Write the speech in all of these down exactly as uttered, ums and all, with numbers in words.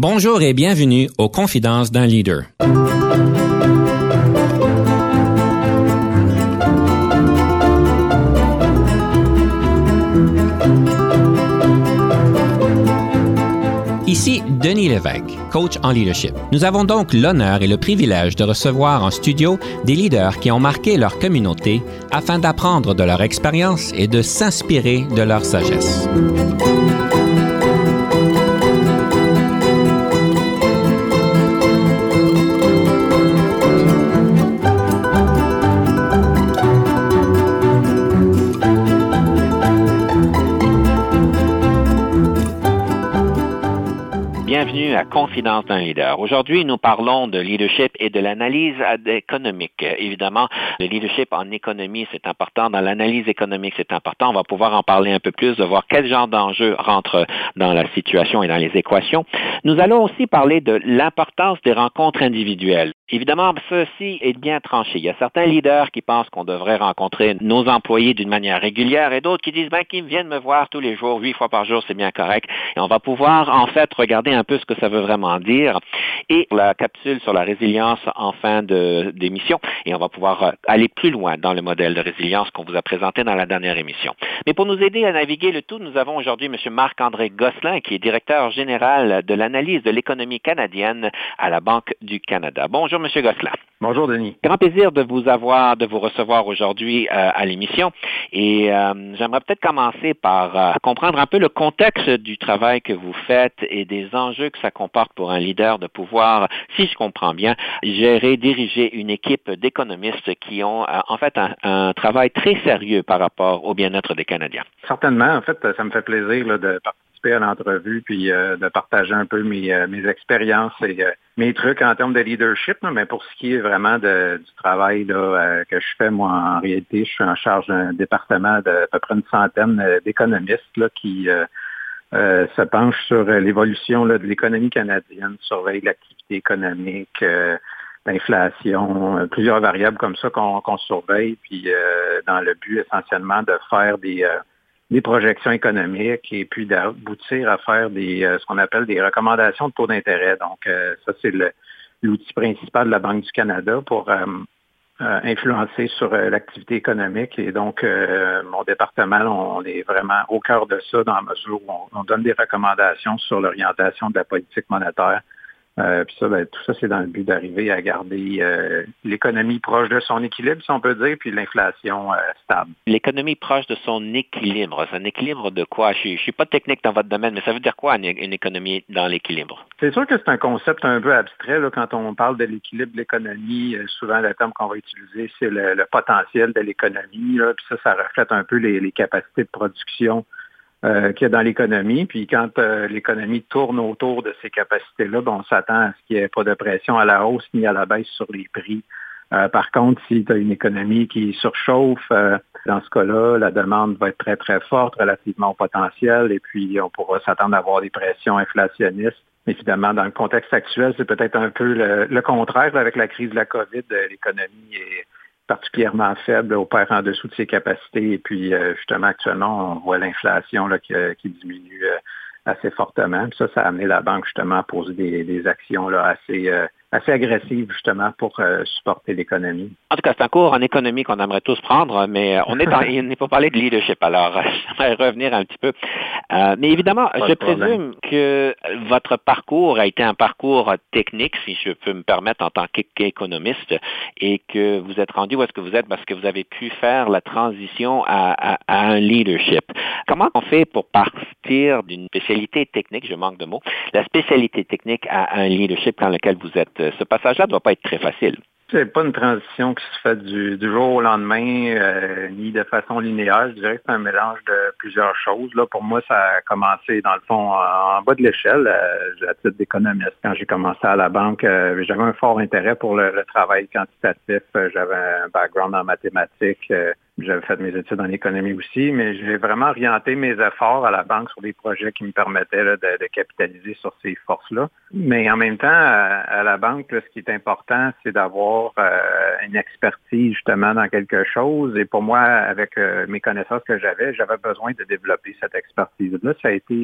Bonjour et bienvenue aux Confidences d'un leader. Ici Denis Lévesque, coach en leadership. Nous avons donc l'honneur et le privilège de recevoir en studio des leaders qui ont marqué leur communauté afin d'apprendre de leur expérience et de s'inspirer de leur sagesse. Bienvenue à Confidence d'un leader. Aujourd'hui, nous parlons de leadership et de l'analyse économique. Évidemment, le leadership en économie, c'est important. Dans l'analyse économique, c'est important. On va pouvoir en parler un peu plus, de voir quel genre d'enjeux rentrent dans la situation et dans les équations. Nous allons aussi parler de l'importance des rencontres individuelles. Évidemment, ceci est bien tranché. Il y a certains leaders qui pensent qu'on devrait rencontrer nos employés d'une manière régulière et d'autres qui disent ben, qu'ils viennent me voir tous les jours, huit fois par jour, c'est bien correct. Et on va pouvoir, en fait, regarder un peu ce que ça veut vraiment dire. Et la capsule sur la résilience en fin de, d'émission. Et on va pouvoir aller plus loin dans le modèle de résilience qu'on vous a présenté dans la dernière émission. Mais pour nous aider à naviguer le tout, nous avons aujourd'hui M. Marc-André Gosselin, qui est directeur général de l'analyse de l'économie canadienne à la Banque du Canada. Bonjour, M. Gosselin. Bonjour, Denis. Grand plaisir de vous avoir, de vous recevoir aujourd'hui euh, à l'émission. Et euh, j'aimerais peut-être commencer par euh, comprendre un peu le contexte du travail que vous faites et des enjeux que ça comporte pour un leader de pouvoir, si je comprends bien, gérer, diriger une équipe d'économistes qui ont euh, en fait un, un travail très sérieux par rapport au bien-être des Canadiens. Certainement. En fait, ça me fait plaisir là, de participer à l'entrevue puis euh, de partager un peu mes, euh, mes expériences et euh, mes trucs en termes de leadership. Là, mais pour ce qui est vraiment de, du travail là, euh, que je fais, moi, en réalité, je suis en charge d'un département de à peu près une centaine d'économistes là, qui euh, euh, se penchent sur l'évolution là, de l'économie canadienne, surveillent l'activité économique, euh, l'inflation, euh, plusieurs variables comme ça qu'on, qu'on surveille, puis euh, dans le but essentiellement de faire des, euh, des projections économiques et puis d'aboutir à faire des euh, ce qu'on appelle des recommandations de taux d'intérêt. Donc, euh, ça, c'est le, l'outil principal de la Banque du Canada pour euh, euh, influencer sur euh, l'activité économique. Et donc, euh, mon département, on est vraiment au cœur de ça dans la mesure où on, on donne des recommandations sur l'orientation de la politique monétaire. Euh, puis ça, ben, tout ça, c'est dans le but d'arriver à garder euh, l'économie proche de son équilibre, si on peut dire, puis l'inflation euh, stable. L'économie proche de son équilibre, c'est un équilibre de quoi? Je ne suis pas technique dans votre domaine, mais ça veut dire quoi une, une économie dans l'équilibre? C'est sûr que c'est un concept un peu abstrait. Là, quand on parle de l'équilibre de l'économie, euh, souvent le terme qu'on va utiliser, c'est le, le potentiel de l'économie. Là, puis ça, ça reflète un peu les, les capacités de production Euh, qu'il y a dans l'économie. Puis quand euh, l'économie tourne autour de ces capacités-là, ben, on s'attend à ce qu'il n'y ait pas de pression à la hausse ni à la baisse sur les prix. Euh, par contre, si tu as une économie qui surchauffe, euh, dans ce cas-là, la demande va être très, très forte relativement au potentiel et puis on pourra s'attendre à avoir des pressions inflationnistes. Évidemment, dans le contexte actuel, c'est peut-être un peu le, le contraire. Avec la crise de la COVID, l'économie est particulièrement faible, opère en dessous de ses capacités. Et puis, euh, justement, actuellement, on voit l'inflation là, qui, qui diminue euh, assez fortement. Puis ça, ça a amené la banque, justement, à poser des, des actions là, assez, euh, assez agressives, justement, pour euh, supporter l'économie. En tout cas, c'est un cours en économie qu'on aimerait tous prendre, mais on est en, il n'est pas parlé de leadership, alors j'aimerais revenir un petit peu. Euh, mais évidemment, pas je présume que votre parcours a été un parcours technique, si je peux me permettre, en tant qu'économiste, et que vous êtes rendu où est-ce que vous êtes parce que vous avez pu faire la transition à, à, à un leadership. Comment on fait pour partir d'une spécialité technique, je manque de mots, la spécialité technique à un leadership dans lequel vous êtes? Ce passage-là ne doit pas être très facile. C'est pas une transition qui se fait du, du jour au lendemain, euh, ni de façon linéaire. Je dirais que c'est un mélange de plusieurs choses. Là, pour moi, ça a commencé, dans le fond, en, en bas de l'échelle, euh, à titre d'économiste. Quand j'ai commencé à la banque, euh, j'avais un fort intérêt pour le, le travail quantitatif. J'avais un background en mathématiques. Euh, J'avais fait mes études en économie aussi, mais j'ai vraiment orienté mes efforts à la banque sur des projets qui me permettaient là, de, de capitaliser sur ces forces-là. Mais en même temps, à, à la banque, là, ce qui est important, c'est d'avoir euh, une expertise justement dans quelque chose. Et pour moi, avec euh, mes connaissances que j'avais, j'avais besoin de développer cette expertise-là. Ça a été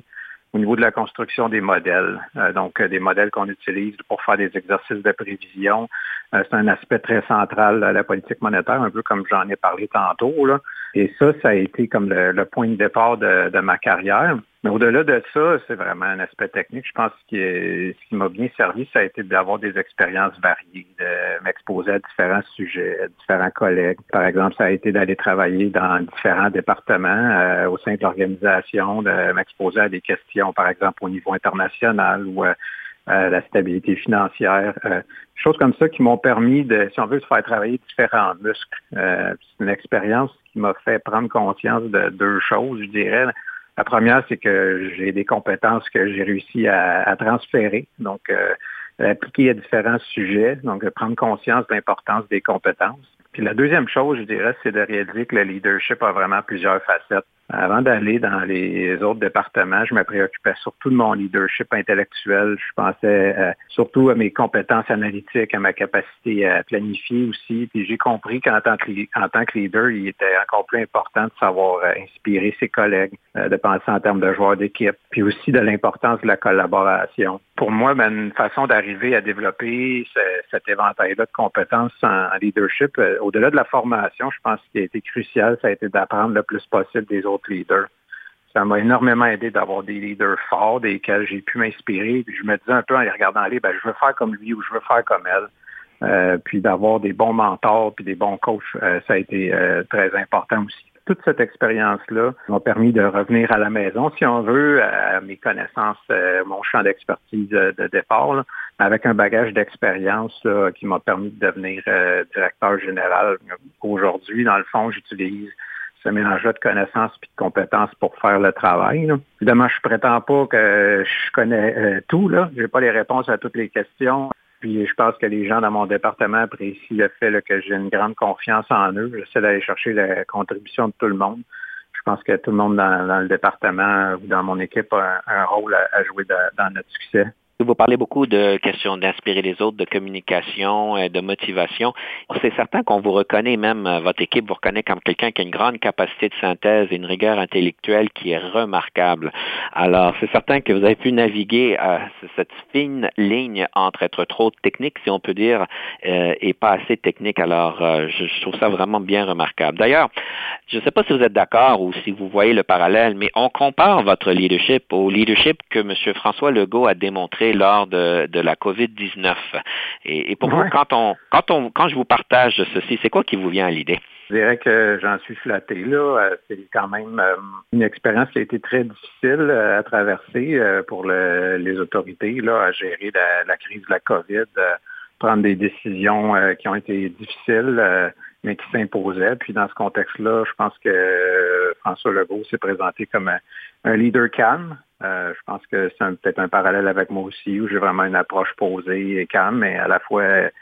au niveau de la construction des modèles. Euh, donc, euh, des modèles qu'on utilise pour faire des exercices de prévision. Euh, c'est un aspect très central à la politique monétaire, un peu comme j'en ai parlé tantôt, là. Et ça, ça a été comme le, le point de départ de, de ma carrière. Mais au-delà de ça, c'est vraiment un aspect technique. Je pense que ce qui m'a bien servi, ça a été d'avoir des expériences variées, de m'exposer à différents sujets, à différents collègues. Par exemple, ça a été d'aller travailler dans différents départements euh, au sein de l'organisation, de m'exposer à des questions, par exemple, au niveau international ou euh, euh, la stabilité financière, euh, choses comme ça qui m'ont permis de, si on veut, de faire travailler différents muscles. Euh, c'est une expérience qui m'a fait prendre conscience de deux choses, je dirais. La première, c'est que j'ai des compétences que j'ai réussi à, à transférer, donc euh, appliquer à différents sujets, donc de prendre conscience de l'importance des compétences. Puis la deuxième chose, je dirais, c'est de réaliser que le leadership a vraiment plusieurs facettes. Avant d'aller dans les autres départements, je me préoccupais surtout de mon leadership intellectuel. Je pensais euh, surtout à mes compétences analytiques, à ma capacité à planifier aussi. Puis j'ai compris qu'en tant que, en tant que leader, il était encore plus important de savoir euh, inspirer ses collègues, euh, de penser en termes de joueurs d'équipe, puis aussi de l'importance de la collaboration. Pour moi, ben, une façon d'arriver à développer ce, cet éventail-là de compétences en, en leadership, euh, au-delà de la formation, je pense qu'il a été crucial, ça a été d'apprendre le plus possible des autres leaders. Ça m'a énormément aidé d'avoir des leaders forts, desquels j'ai pu m'inspirer. Puis je me disais un peu en les regardant aller, ben, je veux faire comme lui ou je veux faire comme elle. Euh, puis d'avoir des bons mentors puis des bons coachs, euh, ça a été euh, très important aussi. Toute cette expérience-là m'a permis de revenir à la maison, si on veut, à mes connaissances, euh, mon champ d'expertise de, de départ, là, avec un bagage d'expérience là, qui m'a permis de devenir euh, directeur général. Aujourd'hui, dans le fond, j'utilise ce mélange-là de connaissances et de compétences pour faire le travail. Là. Évidemment, je prétends pas que je connais euh, tout, là. J'ai pas les réponses à toutes les questions. Puis je pense que les gens dans mon département apprécient le fait là, que j'ai une grande confiance en eux. J'essaie d'aller chercher la contribution de tout le monde. Je pense que tout le monde dans, dans le département ou dans mon équipe a un, un rôle à, à jouer de, dans notre succès. Vous parlez beaucoup de questions d'inspirer les autres, de communication, de motivation. C'est certain qu'on vous reconnaît, même votre équipe vous reconnaît comme quelqu'un qui a une grande capacité de synthèse et une rigueur intellectuelle qui est remarquable. Alors, c'est certain que vous avez pu naviguer euh, cette fine ligne entre être trop technique, si on peut dire, euh, et pas assez technique. Alors, euh, je, je trouve ça vraiment bien remarquable. D'ailleurs, je ne sais pas si vous êtes d'accord ou si vous voyez le parallèle, mais on compare votre leadership au leadership que M. François Legault a démontré lors de, de la covid dix-neuf. Et, et pour ouais. vous, quand on, quand on, quand je vous partage ceci, c'est quoi qui vous vient à l'idée? Je dirais que j'en suis flatté, là. C'est quand même une expérience qui a été très difficile à traverser pour le, les autorités, là, à gérer la, la crise de la COVID, prendre des décisions qui ont été difficiles, mais qui s'imposaient. Puis dans ce contexte-là, je pense que François Legault s'est présenté comme un, un leader calme. Euh, je pense que c'est un, peut-être un parallèle avec moi aussi, où j'ai vraiment une approche posée et calme, mais à la fois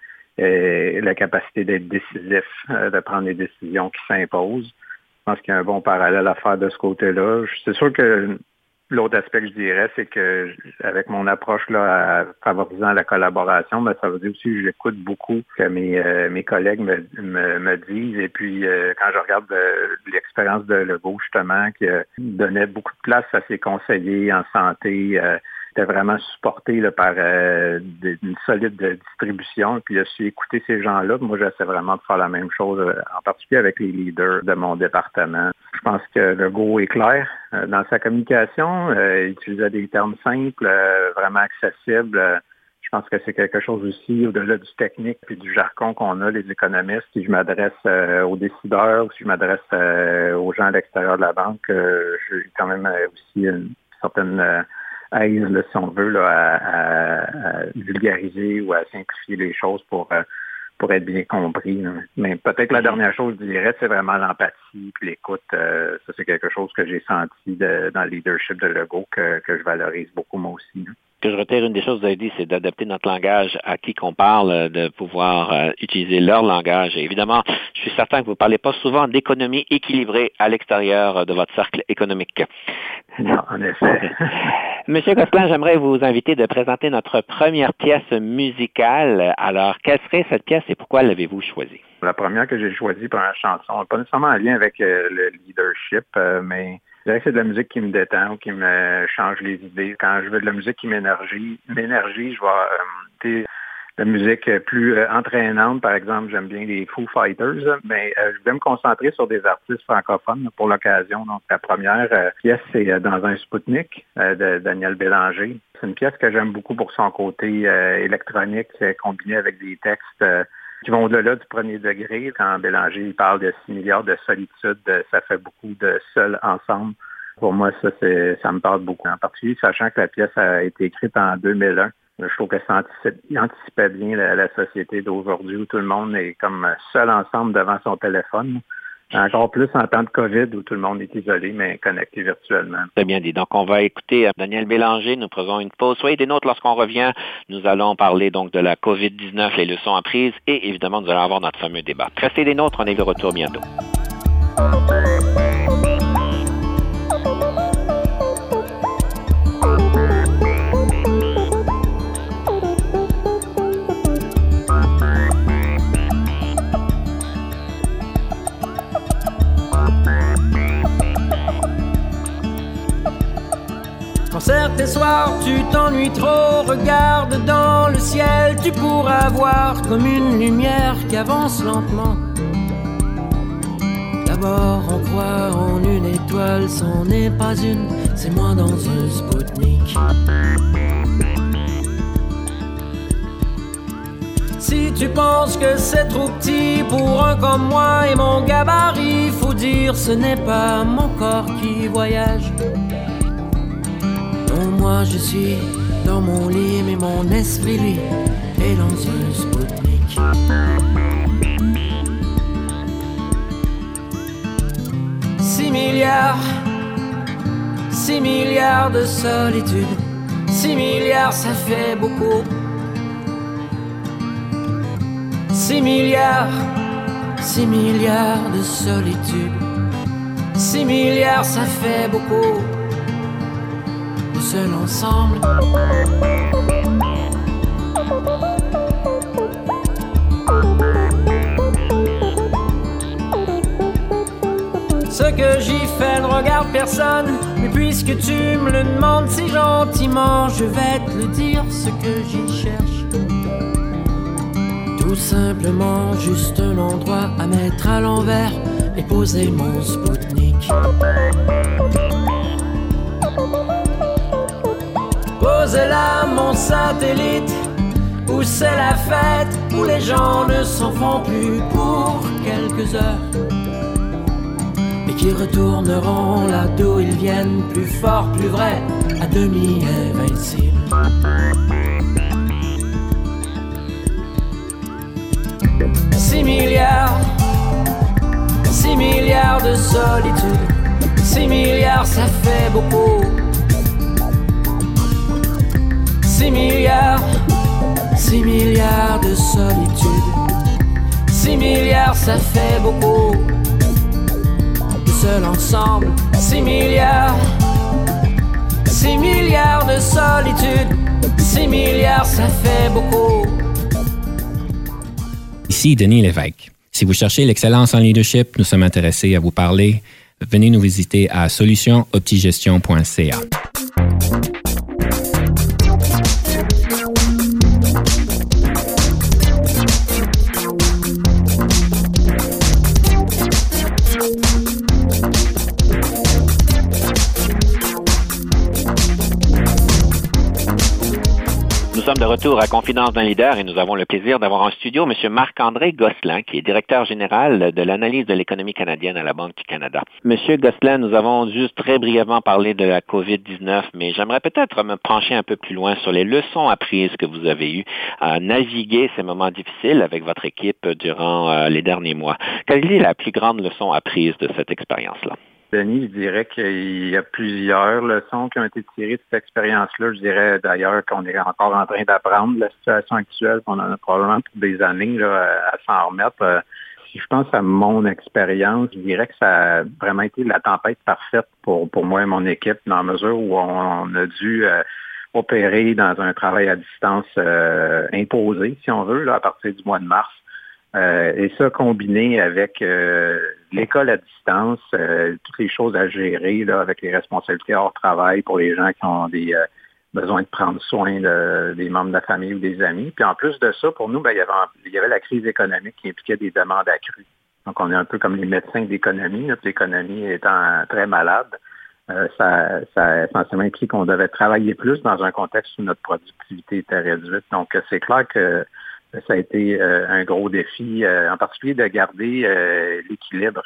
euh, la capacité d'être décisif, euh, de prendre des décisions qui s'imposent. Je pense qu'il y a un bon parallèle à faire de ce côté-là. C'est sûr que l'autre aspect que je dirais, c'est que avec mon approche là, à favorisant la collaboration, ben, ça veut dire aussi que j'écoute beaucoup ce que mes, euh, mes collègues me, me, me disent. Et puis, euh, quand je regarde euh, l'expérience de Legault, justement, qui euh, donnait beaucoup de place à ses conseillers en santé, euh, était vraiment supporté là, par euh, une solide distribution. Puis, il a su écouter ces gens-là. Moi, j'essaie vraiment de faire la même chose, en particulier avec les leaders de mon département. Je pense que Legault est clair euh, dans sa communication. Euh, il utilisait des termes simples, euh, vraiment accessibles. Euh, je pense que c'est quelque chose aussi au-delà du technique puis du jargon qu'on a, les économistes. Si je m'adresse euh, aux décideurs ou si je m'adresse euh, aux gens à l'extérieur de la banque, euh, j'ai quand même euh, aussi une certaine euh, aise, là, si on veut, là, à, à, à vulgariser ou à simplifier les choses pour... Euh, pour être bien compris. Là. Mais peut-être la dernière chose, je dirais, c'est vraiment l'empathie puis l'écoute. Euh, ça, c'est quelque chose que j'ai senti de, dans le leadership de Legault que, que je valorise beaucoup moi aussi. Là. Que je retire une des choses que vous avez dit, c'est d'adapter notre langage à qui qu'on parle, de pouvoir euh, utiliser leur langage. Et évidemment, je suis certain que vous ne parlez pas souvent d'économie équilibrée à l'extérieur de votre cercle économique. Non, en effet. Monsieur Gosselin, j'aimerais vous inviter de présenter notre première pièce musicale. Alors, quelle serait cette pièce et pourquoi l'avez-vous choisie? La première que j'ai choisie pour une chanson, pas nécessairement en lien avec euh, le leadership, euh, mais Je dirais que c'est de la musique qui me détend ou qui me change les idées. Quand je veux de la musique qui m'énergie, m'énergie, je vais... Euh, la musique plus euh, entraînante, par exemple, j'aime bien les Foo Fighters, mais euh, je vais me concentrer sur des artistes francophones là, pour l'occasion. Donc, la première euh, pièce, c'est euh, Dans un Spoutnik euh, de Daniel Bélanger. C'est une pièce que j'aime beaucoup pour son côté euh, électronique, euh, combiné avec des textes euh, qui vont au-delà du premier degré. Quand Bélanger il parle de six milliards de solitude, euh, ça fait beaucoup de seuls ensemble. Pour moi, ça, c'est, ça me parle beaucoup. En particulier, sachant que la pièce a été écrite en deux mille un. Je trouve que ça anticipait bien la, la société d'aujourd'hui où tout le monde est comme seul ensemble devant son téléphone. Encore plus en temps de COVID où tout le monde est isolé, mais connecté virtuellement. Très bien dit. Donc, on va écouter Daniel Bélanger. Nous faisons une pause. Soyez des nôtres lorsqu'on revient. Nous allons parler donc de la covid dix-neuf, les leçons apprises et évidemment, nous allons avoir notre fameux débat. Restez des nôtres. On est de retour bientôt. Quand certains soirs tu t'ennuies trop, regarde dans le ciel, tu pourras voir comme une lumière qui avance lentement. D'abord on croit en une étoile, c'en n'est pas une, c'est moi dans un Spoutnik. Si tu penses que c'est trop petit pour un comme moi et mon gabarit, faut dire ce n'est pas mon corps qui voyage. Non, moi je suis dans mon lit, mais mon esprit lui est dans un Spoutnik. Six milliards, six milliards de solitude. Six milliards, ça fait beaucoup. Six milliards, six milliards de solitude. Six milliards, ça fait beaucoup. Seul ensemble. Ce que j'y fais ne regarde personne, mais puisque tu me le demandes si gentiment, je vais te le dire ce que j'y cherche. Tout simplement juste un endroit à mettre à l'envers et poser mon Spoutnik. Posez là mon satellite, où c'est la fête, où les gens ne s'en font plus pour quelques heures, et qui retourneront là d'où ils viennent, plus forts, plus vrais, à demi invincibles. Six milliards, six milliards de solitude, six milliards ça fait beaucoup. Six milliards, six milliards de solitude. Six milliards, ça fait beaucoup. Seul ensemble, six milliards. Six milliards de solitude. Six milliards, ça fait beaucoup. Ici Denis Lévesque. Si vous cherchez l'excellence en leadership, nous sommes intéressés à vous parler. Venez nous visiter à solutions optigestion point c a. Nous sommes de retour à Confidence d'un leader et nous avons le plaisir d'avoir en studio M. Marc-André Gosselin, qui est directeur général de l'analyse de l'économie canadienne à la Banque du Canada. M. Gosselin, nous avons juste très brièvement parlé de la covid dix-neuf, mais j'aimerais peut-être me pencher un peu plus loin sur les leçons apprises que vous avez eues à naviguer ces moments difficiles avec votre équipe durant euh, les derniers mois. Quelle est la plus grande leçon apprise de cette expérience-là? Denis, je dirais qu'il y a plusieurs leçons qui ont été tirées de cette expérience-là. Je dirais d'ailleurs qu'on est encore en train d'apprendre la situation actuelle, qu'on en a probablement pour des années là, à s'en remettre. Si je pense à mon expérience, je dirais que ça a vraiment été la tempête parfaite pour, pour moi et mon équipe, dans la mesure où on a dû euh, opérer dans un travail à distance euh, imposé, si on veut, là, à partir du mois de mars. Euh, et ça, combiné avec euh, l'école à distance, euh, toutes les choses à gérer là, avec les responsabilités hors travail pour les gens qui ont des euh, besoin de prendre soin de, des membres de la famille ou des amis. Puis en plus de ça, pour nous, ben, il y avait, il y avait la crise économique qui impliquait des demandes accrues. Donc, on est un peu comme les médecins d'économie. Notre économie étant très malade, euh, ça, ça a essentiellement impliqué qu'on devait travailler plus dans un contexte où notre productivité était réduite. Donc, c'est clair que ça a été euh, un gros défi, euh, en particulier de garder euh, l'équilibre,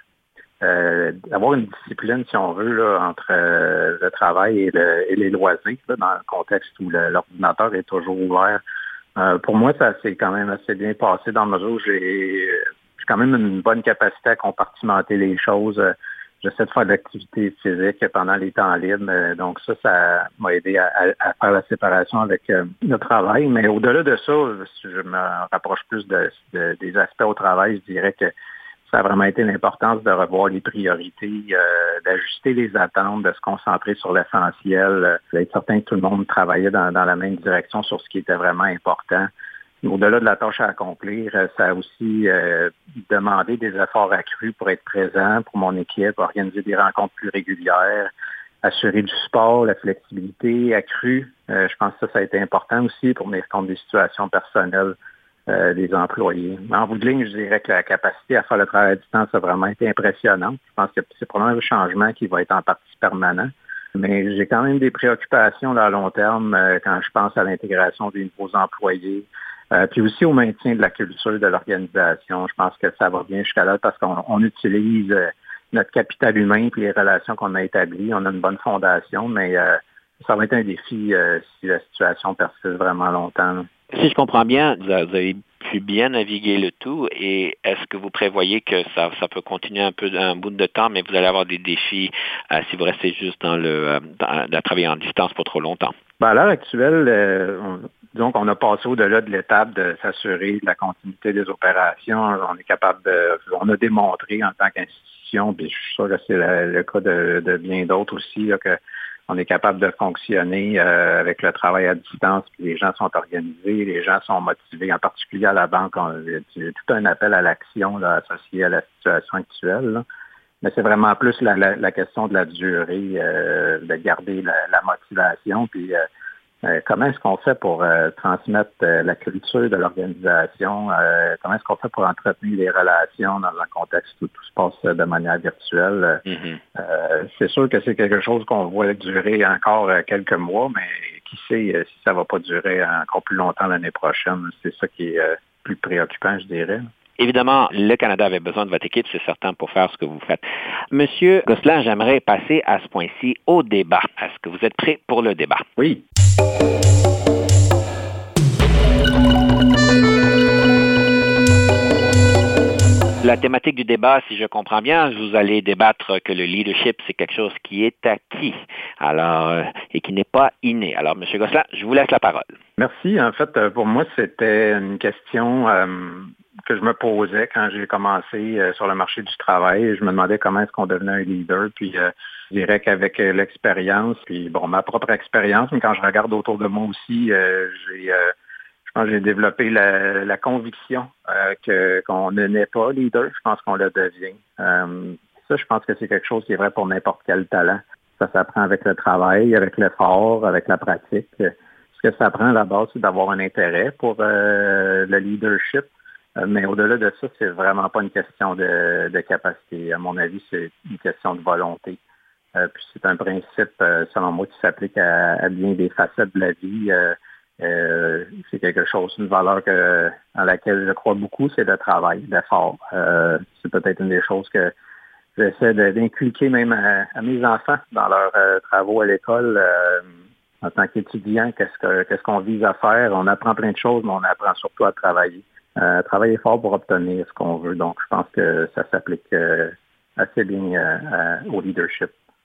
euh, d'avoir une discipline, si on veut, là, entre euh, le travail et, le, et les loisirs, là, dans le contexte où le, l'ordinateur est toujours ouvert. Euh, pour moi, ça s'est quand même assez bien passé dans la mesure où j'ai, j'ai quand même une bonne capacité à compartimenter les choses. J'essaie de faire de l'activité physique pendant les temps libres. Donc ça, ça m'a aidé à, à faire la séparation avec le travail. Mais au-delà de ça, si je me rapproche plus de, de, des aspects au travail, je dirais que ça a vraiment été l'importance de revoir les priorités, euh, d'ajuster les attentes, de se concentrer sur l'essentiel, d'être certain que tout le monde travaillait dans, dans la même direction sur ce qui était vraiment important. Au-delà de la tâche à accomplir, ça a aussi euh, demandé des efforts accrus pour être présent pour mon équipe, organiser des rencontres plus régulières, assurer du support, la flexibilité accrue. Euh, je pense que ça, ça a été important aussi pour tenir compte des situations personnelles euh, des employés. En bout de ligne, je dirais que la capacité à faire le travail à distance a vraiment été impressionnante. Je pense que c'est probablement un changement qui va être en partie permanent. Mais j'ai quand même des préoccupations là, à long terme euh, quand je pense à l'intégration des nouveaux employés. Euh, puis aussi au maintien de la culture de l'organisation. Je pense que ça va bien jusqu'à là parce qu'on on utilise euh, notre capital humain et les relations qu'on a établies. On a une bonne fondation, mais euh, ça va être un défi euh, si la situation persiste vraiment longtemps. Là. Si je comprends bien, vous avez pu bien naviguer le tout et est-ce que vous prévoyez que ça, ça peut continuer un peu un bout de temps, mais vous allez avoir des défis euh, si vous restez juste dans le euh, dans, dans travailler en distance pour trop longtemps? Ben à l'heure actuelle, euh, on, donc on a passé au-delà de l'étape de s'assurer de la continuité des opérations. On est capable de, on a démontré en tant qu'institution, puis je suis sûr que c'est le, le cas de, de bien d'autres aussi, là, que on est capable de fonctionner euh, avec le travail à distance, puis les gens sont organisés, les gens sont motivés, en particulier à la banque. On a tout un appel à l'action là, associé à la situation actuelle. Là. Mais c'est vraiment plus la, la, la question de la durée, euh, de garder la, la motivation, puis euh, euh, comment est-ce qu'on fait pour euh, transmettre euh, la culture de l'organisation, euh, comment est-ce qu'on fait pour entretenir les relations dans un contexte où tout se passe de manière virtuelle. Mm-hmm. Euh, c'est sûr que c'est quelque chose qu'on voit durer encore quelques mois, mais qui sait si ça va pas durer encore plus longtemps l'année prochaine. C'est ça qui est euh, plus préoccupant, je dirais. Évidemment, le Canada avait besoin de votre équipe, c'est certain, pour faire ce que vous faites. Monsieur Gosselin, j'aimerais passer à ce point-ci au débat. Est-ce que vous êtes prêt pour le débat? Oui. La thématique du débat, si je comprends bien, vous allez débattre que le leadership, c'est quelque chose qui est acquis alors euh, et qui n'est pas inné. Alors, M. Gosselin, je vous laisse la parole. Merci. En fait, pour moi, c'était une question euh, que je me posais quand j'ai commencé euh, sur le marché du travail. Je me demandais comment est-ce qu'on devenait un leader. Puis, euh, je dirais qu'avec euh, l'expérience, puis bon, ma propre expérience, mais quand je regarde autour de moi aussi, euh, j'ai... Euh, Je pense que j'ai développé la, la conviction euh, que, qu'on ne naît pas leader. Je pense qu'on le devient. Euh, ça, je pense que c'est quelque chose qui est vrai pour n'importe quel talent. Ça s'apprend avec le travail, avec l'effort, avec la pratique. Ce que ça prend à la base, c'est d'avoir un intérêt pour euh, le leadership. Euh, mais au-delà de ça, c'est vraiment pas une question de, de capacité. À mon avis, c'est une question de volonté. Euh, puis c'est un principe, euh, selon moi, qui s'applique à, à bien des facettes de la vie. Euh, Euh, c'est quelque chose, une valeur que, à laquelle je crois beaucoup, c'est le travail, l'effort. Euh, c'est peut-être une des choses que j'essaie de, d'inculquer même à, à mes enfants dans leurs euh, travaux à l'école. Euh, en tant qu'étudiant, qu'est-ce, que, qu'est-ce qu'on vise à faire? On apprend plein de choses, mais on apprend surtout à travailler. Euh, travailler fort pour obtenir ce qu'on veut. Donc, je pense que ça s'applique euh, assez bien euh, au leadership.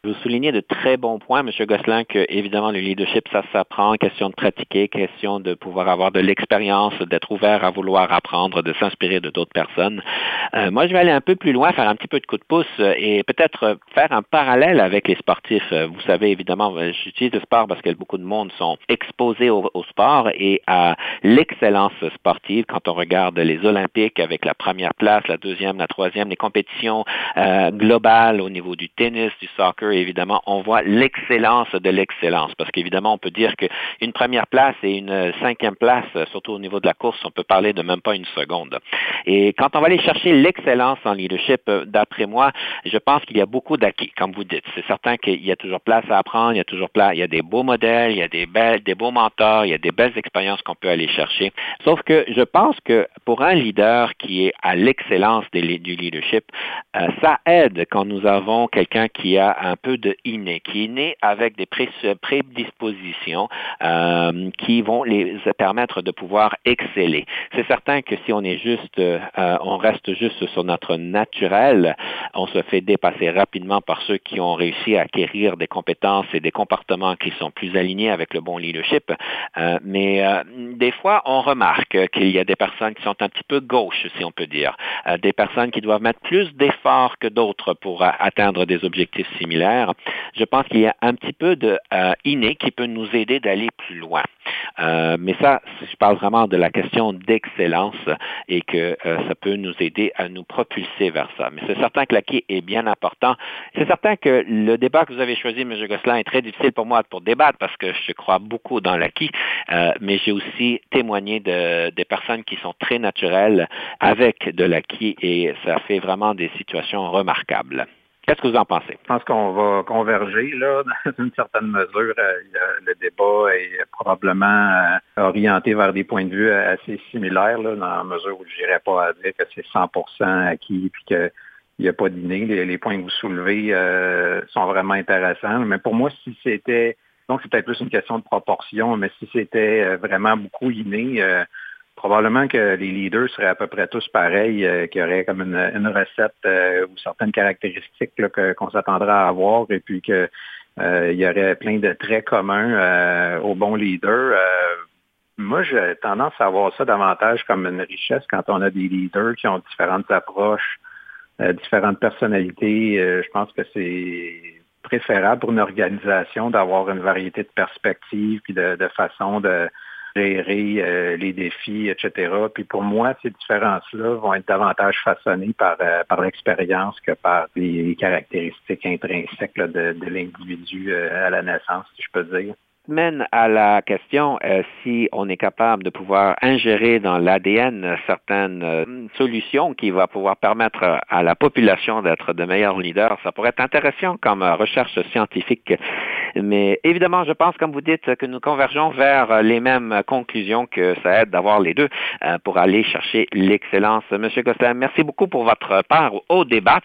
Vous soulignez de très bons points, M. Gosselin, que évidemment le leadership, ça s'apprend, question de pratiquer, question de pouvoir avoir de l'expérience, d'être ouvert à vouloir apprendre, de s'inspirer de d'autres personnes. Euh, moi, je vais aller un peu plus loin, faire un petit peu de coup de pouce et peut-être faire un parallèle avec les sportifs. Vous savez, évidemment, j'utilise le sport parce que beaucoup de monde sont exposés au, au sport et à l'excellence sportive. Quand on regarde les Olympiques avec la première place, la deuxième, la troisième, les compétitions euh, globales au niveau du tennis, du soccer, évidemment, on voit l'excellence de l'excellence. Parce qu'évidemment, on peut dire qu'une première place et une cinquième place, surtout au niveau de la course, on peut parler de même pas une seconde. Et quand on va aller chercher l'excellence en leadership, d'après moi, je pense qu'il y a beaucoup d'acquis, comme vous dites. C'est certain qu'il y a toujours place à apprendre, il y a toujours place, il y a des beaux modèles, il y a des belles, des beaux mentors, il y a des belles expériences qu'on peut aller chercher. Sauf que je pense que pour un leader qui est à l'excellence des, du leadership, euh, ça aide quand nous avons quelqu'un qui a un peu de inné, qui est né avec des pré- prédispositions euh, qui vont les permettre de pouvoir exceller. C'est certain que si on est juste, euh, on reste juste sur notre naturel, on se fait dépasser rapidement par ceux qui ont réussi à acquérir des compétences et des comportements qui sont plus alignés avec le bon leadership. Euh, mais euh, des fois, on remarque qu'il y a des personnes qui sont un petit peu gauches, si on peut dire, euh, des personnes qui doivent mettre plus d'efforts que d'autres pour euh, atteindre des objectifs similaires. Je pense qu'il y a un petit peu de euh, inné qui peut nous aider d'aller plus loin. Euh, mais ça, je parle vraiment de la question d'excellence et que euh, ça peut nous aider à nous propulser vers ça. Mais c'est certain que l'acquis est bien important. C'est certain que le débat que vous avez choisi, M. Gosselin, est très difficile pour moi pour débattre parce que je crois beaucoup dans l'acquis, euh, mais j'ai aussi témoigné de, des personnes qui sont très naturelles avec de l'acquis et ça fait vraiment des situations remarquables. Qu'est-ce que vous en pensez? Je pense qu'on va converger là, dans une certaine mesure. Euh, le débat est probablement euh, orienté vers des points de vue assez similaires, là, dans la mesure où je n'irais pas à dire que c'est cent pour cent acquis et qu'il n'y a pas d'inné. Les, les points que vous soulevez euh, sont vraiment intéressants. Mais pour moi, si c'était... Donc, c'est peut-être plus une question de proportion, mais si c'était vraiment beaucoup inné... Euh, probablement que les leaders seraient à peu près tous pareils, euh, qu'il y aurait comme une, une recette euh, ou certaines caractéristiques là, que, qu'on s'attendrait à avoir et puis qu'il euh, y aurait plein de traits communs euh, aux bons leaders. Euh, moi, j'ai tendance à voir ça davantage comme une richesse quand on a des leaders qui ont différentes approches, euh, différentes personnalités. Euh, je pense que c'est préférable pour une organisation d'avoir une variété de perspectives puis de, de façons de gérer euh, les défis, et cetera. Puis pour moi, ces différences-là vont être davantage façonnées par, euh, par l'expérience que par les caractéristiques intrinsèques là, de, de l'individu euh, à la naissance, si je peux dire. Mène à la question euh, si on est capable de pouvoir ingérer dans l'A D N certaines euh, solutions qui vont pouvoir permettre à la population d'être de meilleurs leaders. Ça pourrait être intéressant comme euh, recherche scientifique. Mais évidemment, je pense, comme vous dites, que nous convergeons vers les mêmes conclusions, que ça aide d'avoir les deux euh, pour aller chercher l'excellence. Monsieur Gosselin, merci beaucoup pour votre part au débat.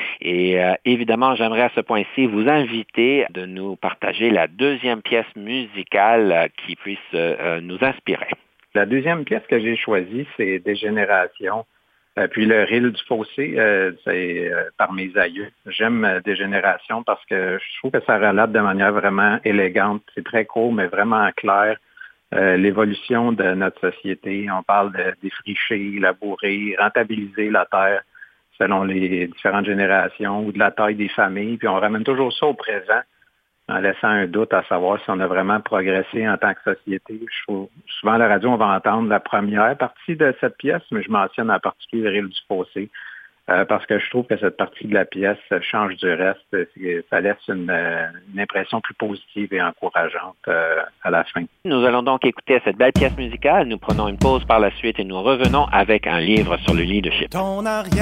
Et euh, évidemment, j'aimerais à ce point-ci vous inviter de nous partager la deuxième pièce musicale euh, qui puisse euh, nous inspirer. La deuxième pièce que j'ai choisie, c'est Dégénération. Euh, puis le Rille du Fossé, euh, c'est euh, par mes aïeux. J'aime euh, Dégénération parce que je trouve que ça relate de manière vraiment élégante. C'est très court, mais vraiment clair. Euh, l'évolution de notre société. On parle de défricher, labourer, rentabiliser la terre selon les différentes générations ou de la taille des familles. Puis on ramène toujours ça au présent en laissant un doute à savoir si on a vraiment progressé en tant que société. Je trouve, souvent à la radio, on va entendre la première partie de cette pièce, mais je mentionne en particulier le Rille du Fossé, euh, parce que je trouve que cette partie de la pièce change du reste. Ça laisse une, une impression plus positive et encourageante euh, à la fin. Nous allons donc écouter cette belle pièce musicale. Nous prenons une pause par la suite et nous revenons avec un livre sur le leadership. Ton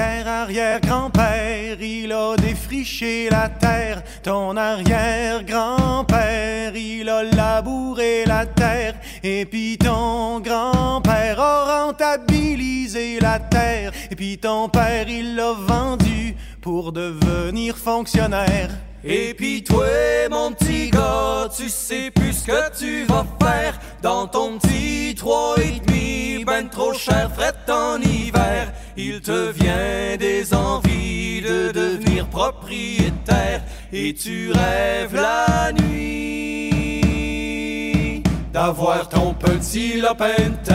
arrière-arrière-grand-père, il a défriché la terre. Ton arrière-grand-père, il a labouré la terre. Et puis ton grand-père a rentabilisé la terre. Et puis ton père, il l'a vendu pour devenir fonctionnaire. Et puis toi, mon petit gars, tu sais plus ce que tu vas faire dans ton petit trois et demi, ben trop cher, fret en hiver. Il te vient des envies de devenir propriétaire. et tu rêves la nuit d'avoir ton petit lopin de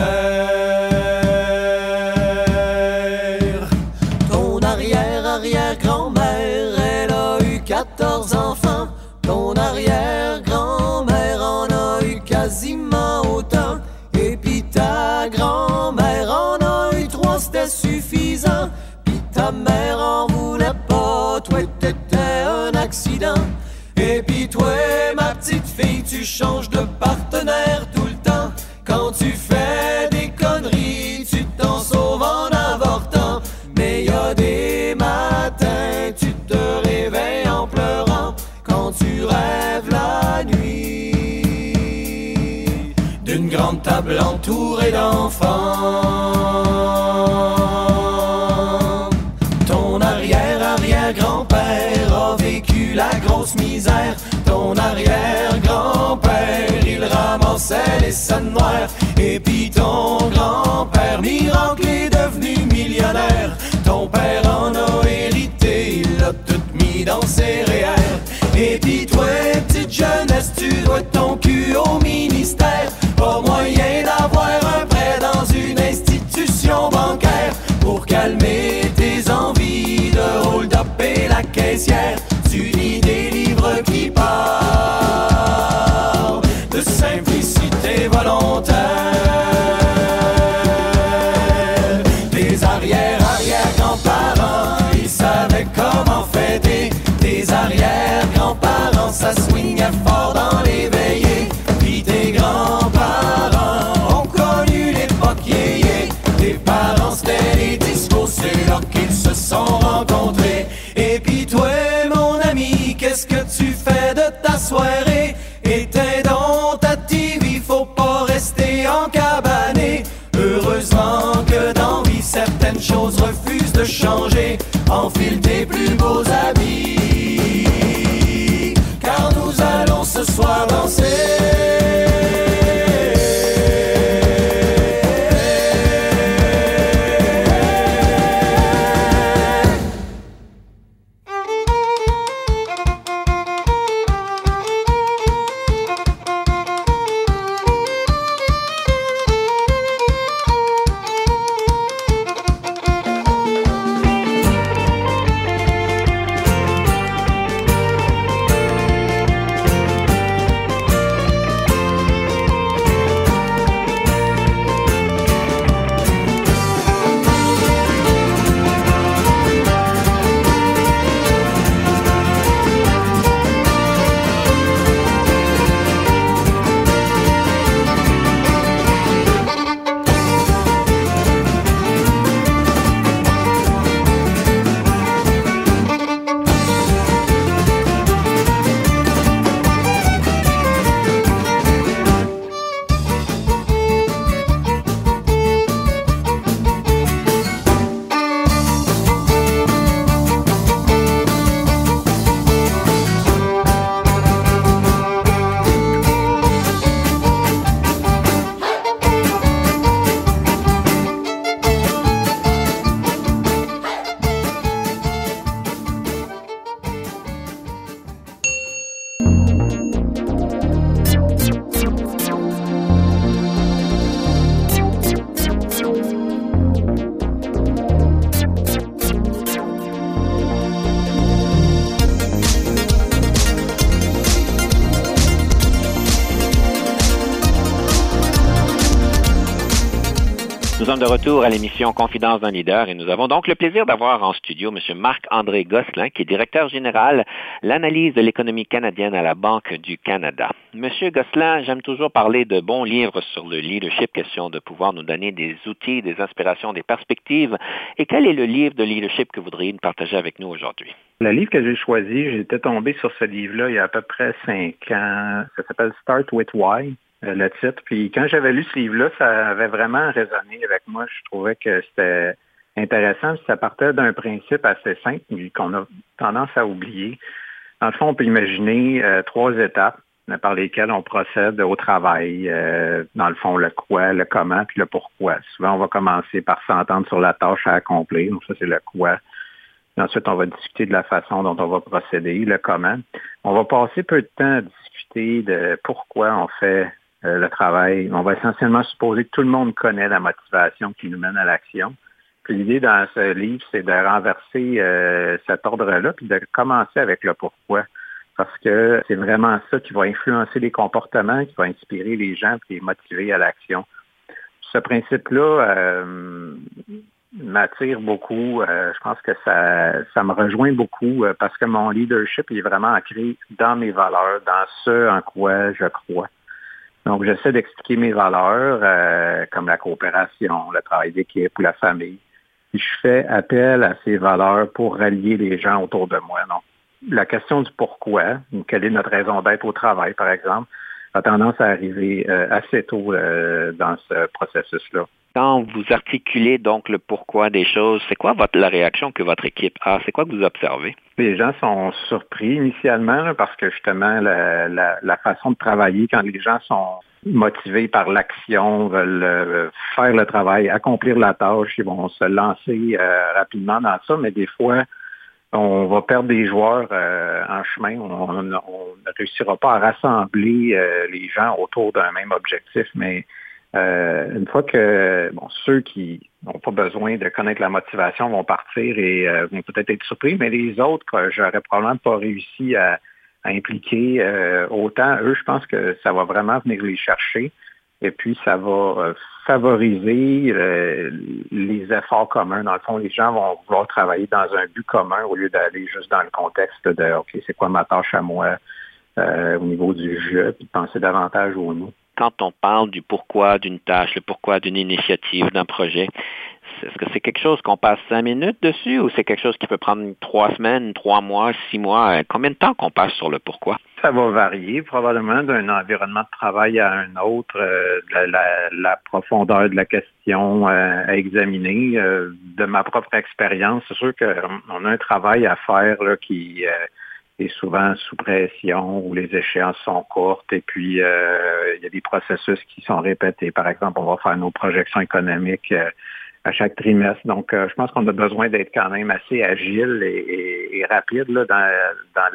terre. Ton arrière-arrière-grand-mère, elle a eu quatorze enfants. Ton arrière-grand-mère en a eu quasiment autant. Et puis ta grand-mère en a eu trois, c'était suffisant. Puis ta mère en voulait pas, toi t'étais un accident. Et puis toi, ma petite fille, tu changes de partenaire tout le temps. Quand tu fais des conneries, tu t'en sauves en avortant. Mais y a des matins, tu te réveilles en pleurant quand tu rêves la nuit d'une grande table entourée d'enfants. Ton arrière-arrière-grand-père a vécu la grosse misère. Ton arrière-grand-père, il ramassait les scènes noires. Et puis ton grand-père, miracle, est devenu millionnaire. Ton père en a hérité, il l'a tout mis dans ses R E E R. Et puis toi, petite jeunesse, tu dois ton cul au ministère. Pas moyen d'avoir un prêt dans une institution bancaire pour calmer tes envies de hold-up et la caissière. Tu lis des livres qui parlent de simplicité volontaire. Tes arrière-arrière-grands-parents, ils savaient comment fêter. Tes arrière-grands-parents, ça swingait fort dans les veillées. Puis tes grands-parents ont connu l'époque yéyé. Tes parents, c'était les discos, c'est là qu'ils se sont rencontrés. Et puis toi, mon ami, qu'est-ce que tu fais de ta soirée? Éteins donc ta T V, faut pas rester encabané. Heureusement que dans vie, certaines choses refusent de changer. Enfile tes plus beaux habits, car nous allons ce soir danser. Nous sommes de retour à l'émission Confidence d'un leader et nous avons donc le plaisir d'avoir en studio M. Marc-André Gosselin, qui est directeur général l'analyse de l'économie canadienne à la Banque du Canada. Monsieur Gosselin, j'aime toujours parler de bons livres sur le leadership, question de pouvoir nous donner des outils, des inspirations, des perspectives. Et quel est le livre de leadership que vous voudriez nous partager avec nous aujourd'hui? Le livre que j'ai choisi, j'étais tombé sur ce livre-là il y a à peu près cinq ans. Ça s'appelle Start with Why. Le titre. Puis quand j'avais lu ce livre-là, ça avait vraiment résonné avec moi. Je trouvais que c'était intéressant. Ça partait d'un principe assez simple, mais qu'on a tendance à oublier. En le fond, on peut imaginer euh, trois étapes par lesquelles on procède au travail. Euh, dans le fond, le quoi, le comment, puis le pourquoi. Souvent, on va commencer par s'entendre sur la tâche à accomplir. Donc ça, c'est le quoi. Puis ensuite, on va discuter de la façon dont on va procéder, le comment. On va passer peu de temps à discuter de pourquoi on fait euh, le travail. On va essentiellement supposer que tout le monde connaît la motivation qui nous mène à l'action. Puis l'idée dans ce livre, c'est de renverser euh, cet ordre-là, puis de commencer avec le pourquoi. Parce que c'est vraiment ça qui va influencer les comportements, qui va inspirer les gens et les motiver à l'action. Ce principe-là euh, m'attire beaucoup. Euh, je pense que ça, ça me rejoint beaucoup euh, parce que mon leadership est vraiment ancré dans mes valeurs, dans ce en quoi je crois. Donc, j'essaie d'expliquer mes valeurs, euh, comme la coopération, le travail d'équipe ou la famille. Puis je fais appel à ces valeurs pour rallier les gens autour de moi. Donc, la question du pourquoi, quelle est notre raison d'être au travail, par exemple, a tendance à arriver euh, assez tôt euh, dans ce processus-là. Quand vous articulez donc le pourquoi des choses, c'est quoi votre, la réaction que votre équipe a? C'est quoi que vous observez? Les gens sont surpris initialement là, parce que justement, la, la, la façon de travailler, quand les gens sont motivés par l'action, veulent euh, faire le travail, accomplir la tâche, ils vont se lancer euh, rapidement dans ça, mais des fois, on va perdre des joueurs euh, en chemin. On ne réussira pas à rassembler euh, les gens autour d'un même objectif, mais euh, une fois que bon, ceux qui n'ont pas besoin de connaître la motivation vont partir et euh, vont peut-être être surpris, mais les autres que j'aurais probablement pas réussi à, à impliquer euh, autant, eux, je pense que ça va vraiment venir les chercher. Et puis, ça va euh, favoriser euh, les efforts communs. Dans le fond, les gens vont vouloir travailler dans un but commun au lieu d'aller juste dans le contexte de « OK, c'est quoi ma tâche à moi euh, au niveau du jeu », puis de penser davantage au nous. Quand on parle du pourquoi d'une tâche, le pourquoi d'une initiative, d'un projet, est-ce que c'est quelque chose qu'on passe cinq minutes dessus ou c'est quelque chose qui peut prendre trois semaines, trois mois, six mois? Combien de temps qu'on passe sur le pourquoi? Ça va varier probablement d'un environnement de travail à un autre, euh, la, la, la profondeur de la question euh, à examiner. Euh, de ma propre expérience, c'est sûr qu'on a un travail à faire là, qui euh, est souvent sous pression, où les échéances sont courtes et puis euh, il y a des processus qui sont répétés. Par exemple, on va faire nos projections économiques euh, à chaque trimestre. Donc, euh, je pense qu'on a besoin d'être quand même assez agile et, et, et rapide là, dans, dans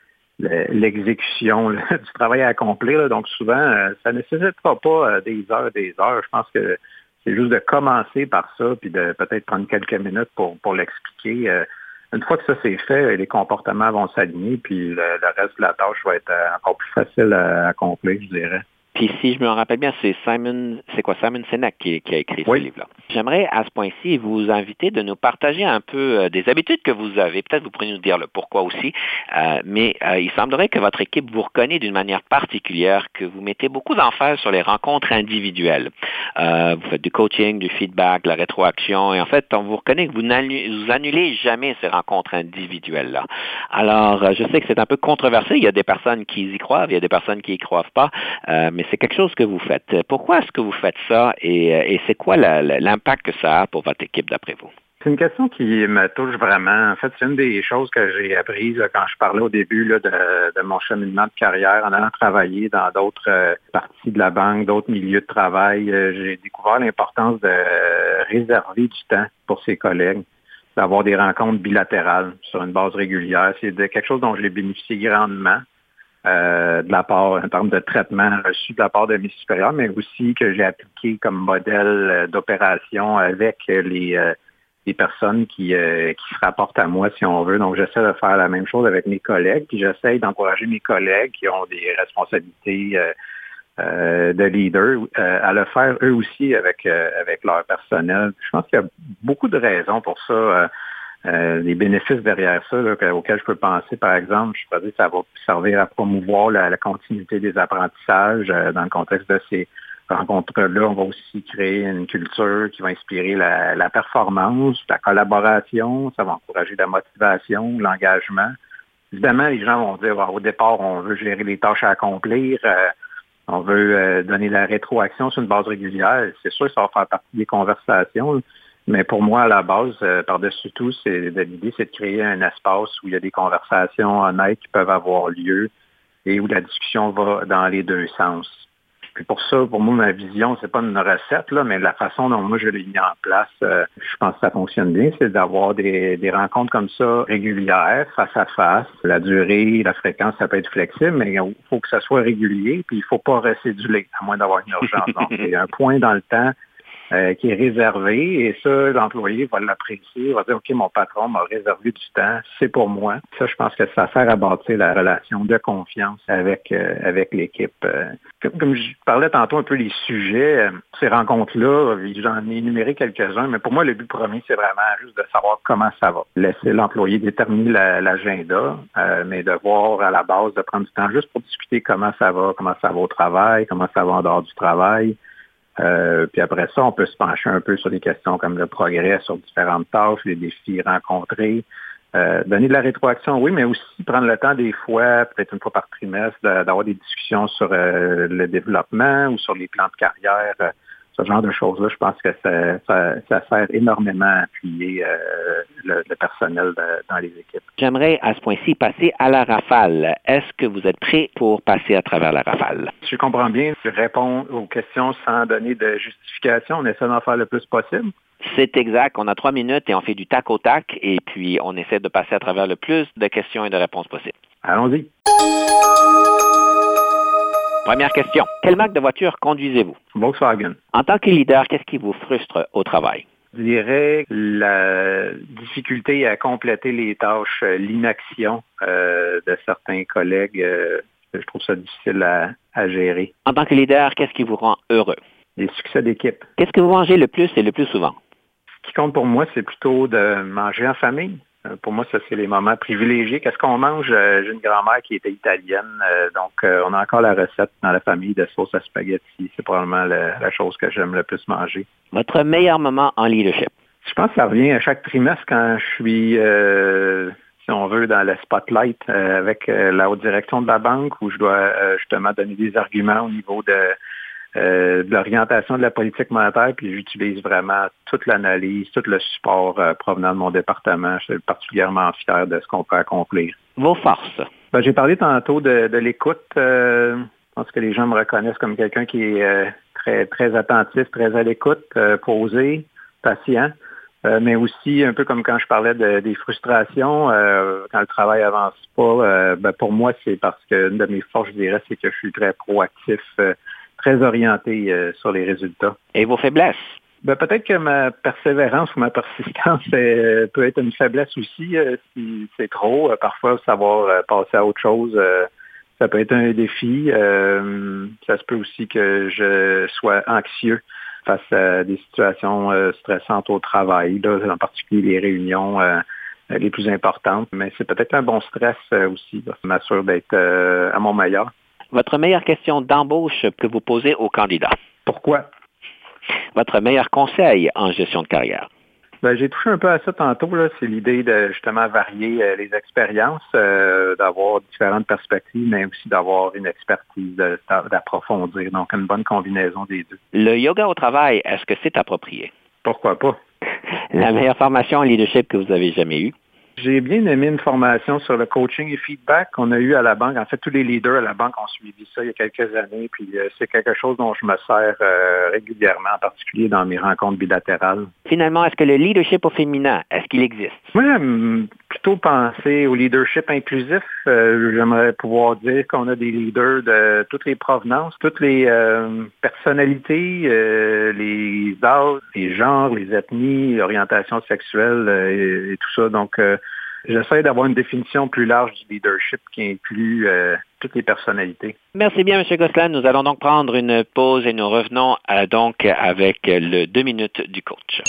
la, l'exécution là, du travail à accomplir. Là. Donc, souvent, euh, ça ne nécessitera pas euh, des heures et des heures. Je pense que c'est juste de commencer par ça puis de peut-être prendre quelques minutes pour, pour l'expliquer. Euh, une fois que ça c'est fait, les comportements vont s'aligner puis le, le reste de la tâche va être encore plus facile à accomplir, je dirais. Puis si je me rappelle bien, c'est Simon, c'est quoi, Simon Sinek qui, qui a écrit oui. ce livre-là. J'aimerais à ce point-ci vous inviter de nous partager un peu euh, des habitudes que vous avez. Peut-être vous pourriez nous dire le pourquoi aussi, euh, mais euh, il semblerait que votre équipe vous reconnaît d'une manière particulière, que vous mettez beaucoup d'emphase sur les rencontres individuelles. Euh, vous faites du coaching, du feedback, de la rétroaction, et en fait, on vous reconnaît que vous, vous annulez jamais ces rencontres individuelles-là. Alors, euh, je sais que c'est un peu controversé. Il y a des personnes qui y croient, il y a des personnes qui y croient pas, euh, mais c'est quelque chose que vous faites. Pourquoi est-ce que vous faites ça et, et c'est quoi la, la, l'impact que ça a pour votre équipe d'après vous? C'est une question qui me touche vraiment. En fait, c'est une des choses que j'ai apprises là, quand je parlais au début là, de, de mon cheminement de carrière en allant travailler dans d'autres euh, parties de la banque, d'autres milieux de travail. Euh, j'ai découvert l'importance de euh, réserver du temps pour ses collègues, d'avoir des rencontres bilatérales sur une base régulière. C'est de, quelque chose dont je l'ai bénéficié grandement. Euh, de la part, en termes de traitement reçu de la part de mes supérieurs, mais aussi que j'ai appliqué comme modèle d'opération avec les, euh, les personnes qui, euh, qui se rapportent à moi, si on veut. Donc, j'essaie de faire la même chose avec mes collègues, puis j'essaie d'encourager mes collègues qui ont des responsabilités euh, euh, de leader euh, à le faire eux aussi avec, euh, avec leur personnel. Je pense qu'il y a beaucoup de raisons pour ça. Euh, Euh, les bénéfices derrière ça, là, auxquels je peux penser, par exemple, je peux dire que ça va servir à promouvoir la, la continuité des apprentissages euh, dans le contexte de ces rencontres-là. On va aussi créer une culture qui va inspirer la, la performance, la collaboration, ça va encourager la motivation, l'engagement. Évidemment, les gens vont dire, bon, au départ, on veut gérer les tâches à accomplir, euh, on veut euh, donner la rétroaction sur une base régulière. C'est sûr que ça va faire partie des conversations. Mais pour moi, à la base, euh, par-dessus tout, c'est de, l'idée, c'est de créer un espace où il y a des conversations honnêtes qui peuvent avoir lieu et où la discussion va dans les deux sens. Puis pour ça, pour moi, ma vision, c'est pas une recette, là, mais la façon dont moi je l'ai mis en place, euh, je pense que ça fonctionne bien, c'est d'avoir des, des rencontres comme ça régulières, face à face. La durée, la fréquence, ça peut être flexible, mais il faut que ça soit régulier, puis il faut pas recéduler, à moins d'avoir une urgence. Donc, c'est un point dans le temps Euh, qui est réservé, et ça, l'employé va l'apprécier, va dire, OK, mon patron m'a réservé du temps, c'est pour moi. Ça, je pense que ça sert à bâtir la relation de confiance avec euh, avec l'équipe. Euh, comme, comme je parlais tantôt un peu les sujets, euh, ces rencontres-là, j'en ai énuméré quelques-uns, mais pour moi, le but premier, c'est vraiment juste de savoir comment ça va. Laisser l'employé déterminer la, l'agenda, euh, mais de voir à la base, de prendre du temps juste pour discuter comment ça va, comment ça va au travail, comment ça va en dehors du travail. Euh, puis après ça, on peut se pencher un peu sur des questions comme le progrès sur différentes tâches, les défis rencontrés, euh, donner de la rétroaction, oui, mais aussi prendre le temps des fois, peut-être une fois par trimestre, de, d'avoir des discussions sur euh, le développement ou sur les plans de carrière. Euh, ce genre de choses-là, je pense que ça, ça, ça sert énormément à appuyer euh, le, le personnel de, dans les équipes. J'aimerais à ce point-ci passer à la rafale. Est-ce que vous êtes prêt pour passer à travers la rafale? Si je comprends bien, je réponds aux questions sans donner de justification. On essaie d'en faire le plus possible. C'est exact. On a trois minutes et on fait du tac au tac et puis on essaie de passer à travers le plus de questions et de réponses possibles. Allons-y. Première question. Quelle marque de voiture conduisez-vous? Volkswagen. En tant que leader, qu'est-ce qui vous frustre au travail? Je dirais la difficulté à compléter les tâches, l'inaction euh, de certains collègues. Euh, je trouve ça difficile à, à gérer. En tant que leader, qu'est-ce qui vous rend heureux? Les succès d'équipe. Qu'est-ce que vous mangez le plus et le plus souvent? Ce qui compte pour moi, c'est plutôt de manger en famille. Pour moi, ça, c'est les moments privilégiés. Qu'est-ce qu'on mange? J'ai une grand-mère qui était italienne, donc on a encore la recette dans la famille de sauce à spaghetti. C'est probablement la, la chose que j'aime le plus manger. Votre meilleur moment en leadership? Je pense que ça revient à chaque trimestre quand je suis, euh, si on veut, dans le spotlight euh, avec euh, la haute direction de la banque où je dois euh, justement donner des arguments au niveau de Euh, de l'orientation de la politique monétaire, puis j'utilise vraiment toute l'analyse, tout le support euh, provenant de mon département. Je suis particulièrement fier de ce qu'on peut accomplir. Vos forces? Ben, j'ai parlé tantôt de, de l'écoute. Euh, je pense que les gens me reconnaissent comme quelqu'un qui est euh, très, très attentif, très à l'écoute, euh, posé, patient, euh, mais aussi un peu comme quand je parlais de, des frustrations, euh, quand le travail avance pas, euh, ben, pour moi, c'est parce qu'une de mes forces, je dirais, c'est que je suis très proactif, euh, très orienté euh, sur les résultats. Et vos faiblesses? Ben, peut-être que ma persévérance ou ma persistance euh, peut être une faiblesse aussi euh, si c'est trop. Euh, parfois, savoir euh, passer à autre chose, euh, ça peut être un défi. Euh, ça se peut aussi que je sois anxieux face à des situations euh, stressantes au travail, là, en particulier les réunions euh, les plus importantes. Mais c'est peut-être un bon stress euh, aussi. Là. Ça m'assure d'être euh, à mon meilleur. Votre meilleure question d'embauche que vous posez aux candidats? Pourquoi? Votre meilleur conseil en gestion de carrière? Ben, j'ai touché un peu à ça tantôt. Là. C'est l'idée de justement varier euh, les expériences, euh, d'avoir différentes perspectives, mais aussi d'avoir une expertise, de, d'approfondir. Donc, une bonne combinaison des deux. Le yoga au travail, est-ce que c'est approprié? Pourquoi pas? La meilleure formation en leadership que vous avez jamais eue? J'ai bien aimé une formation sur le coaching et feedback qu'on a eu à la banque. En fait, tous les leaders à la banque ont suivi ça il y a quelques années. Puis euh, c'est quelque chose dont je me sers euh, régulièrement, en particulier dans mes rencontres bilatérales. Finalement, est-ce que le leadership au féminin, est-ce qu'il existe? Moi, j'aime plutôt penser au leadership inclusif. Euh, j'aimerais pouvoir dire qu'on a des leaders de toutes les provenances, toutes les euh, personnalités, euh, les âges, les genres, les ethnies, l'orientation sexuelle euh, et, et tout ça. Donc, euh, j'essaie d'avoir une définition plus large du leadership qui inclut euh, toutes les personnalités. Merci bien, M. Gosselin. Nous allons donc prendre une pause et nous revenons euh, donc avec le deux minutes du coach.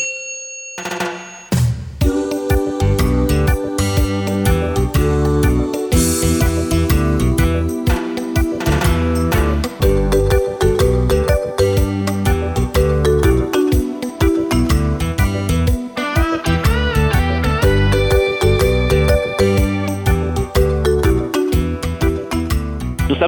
Nous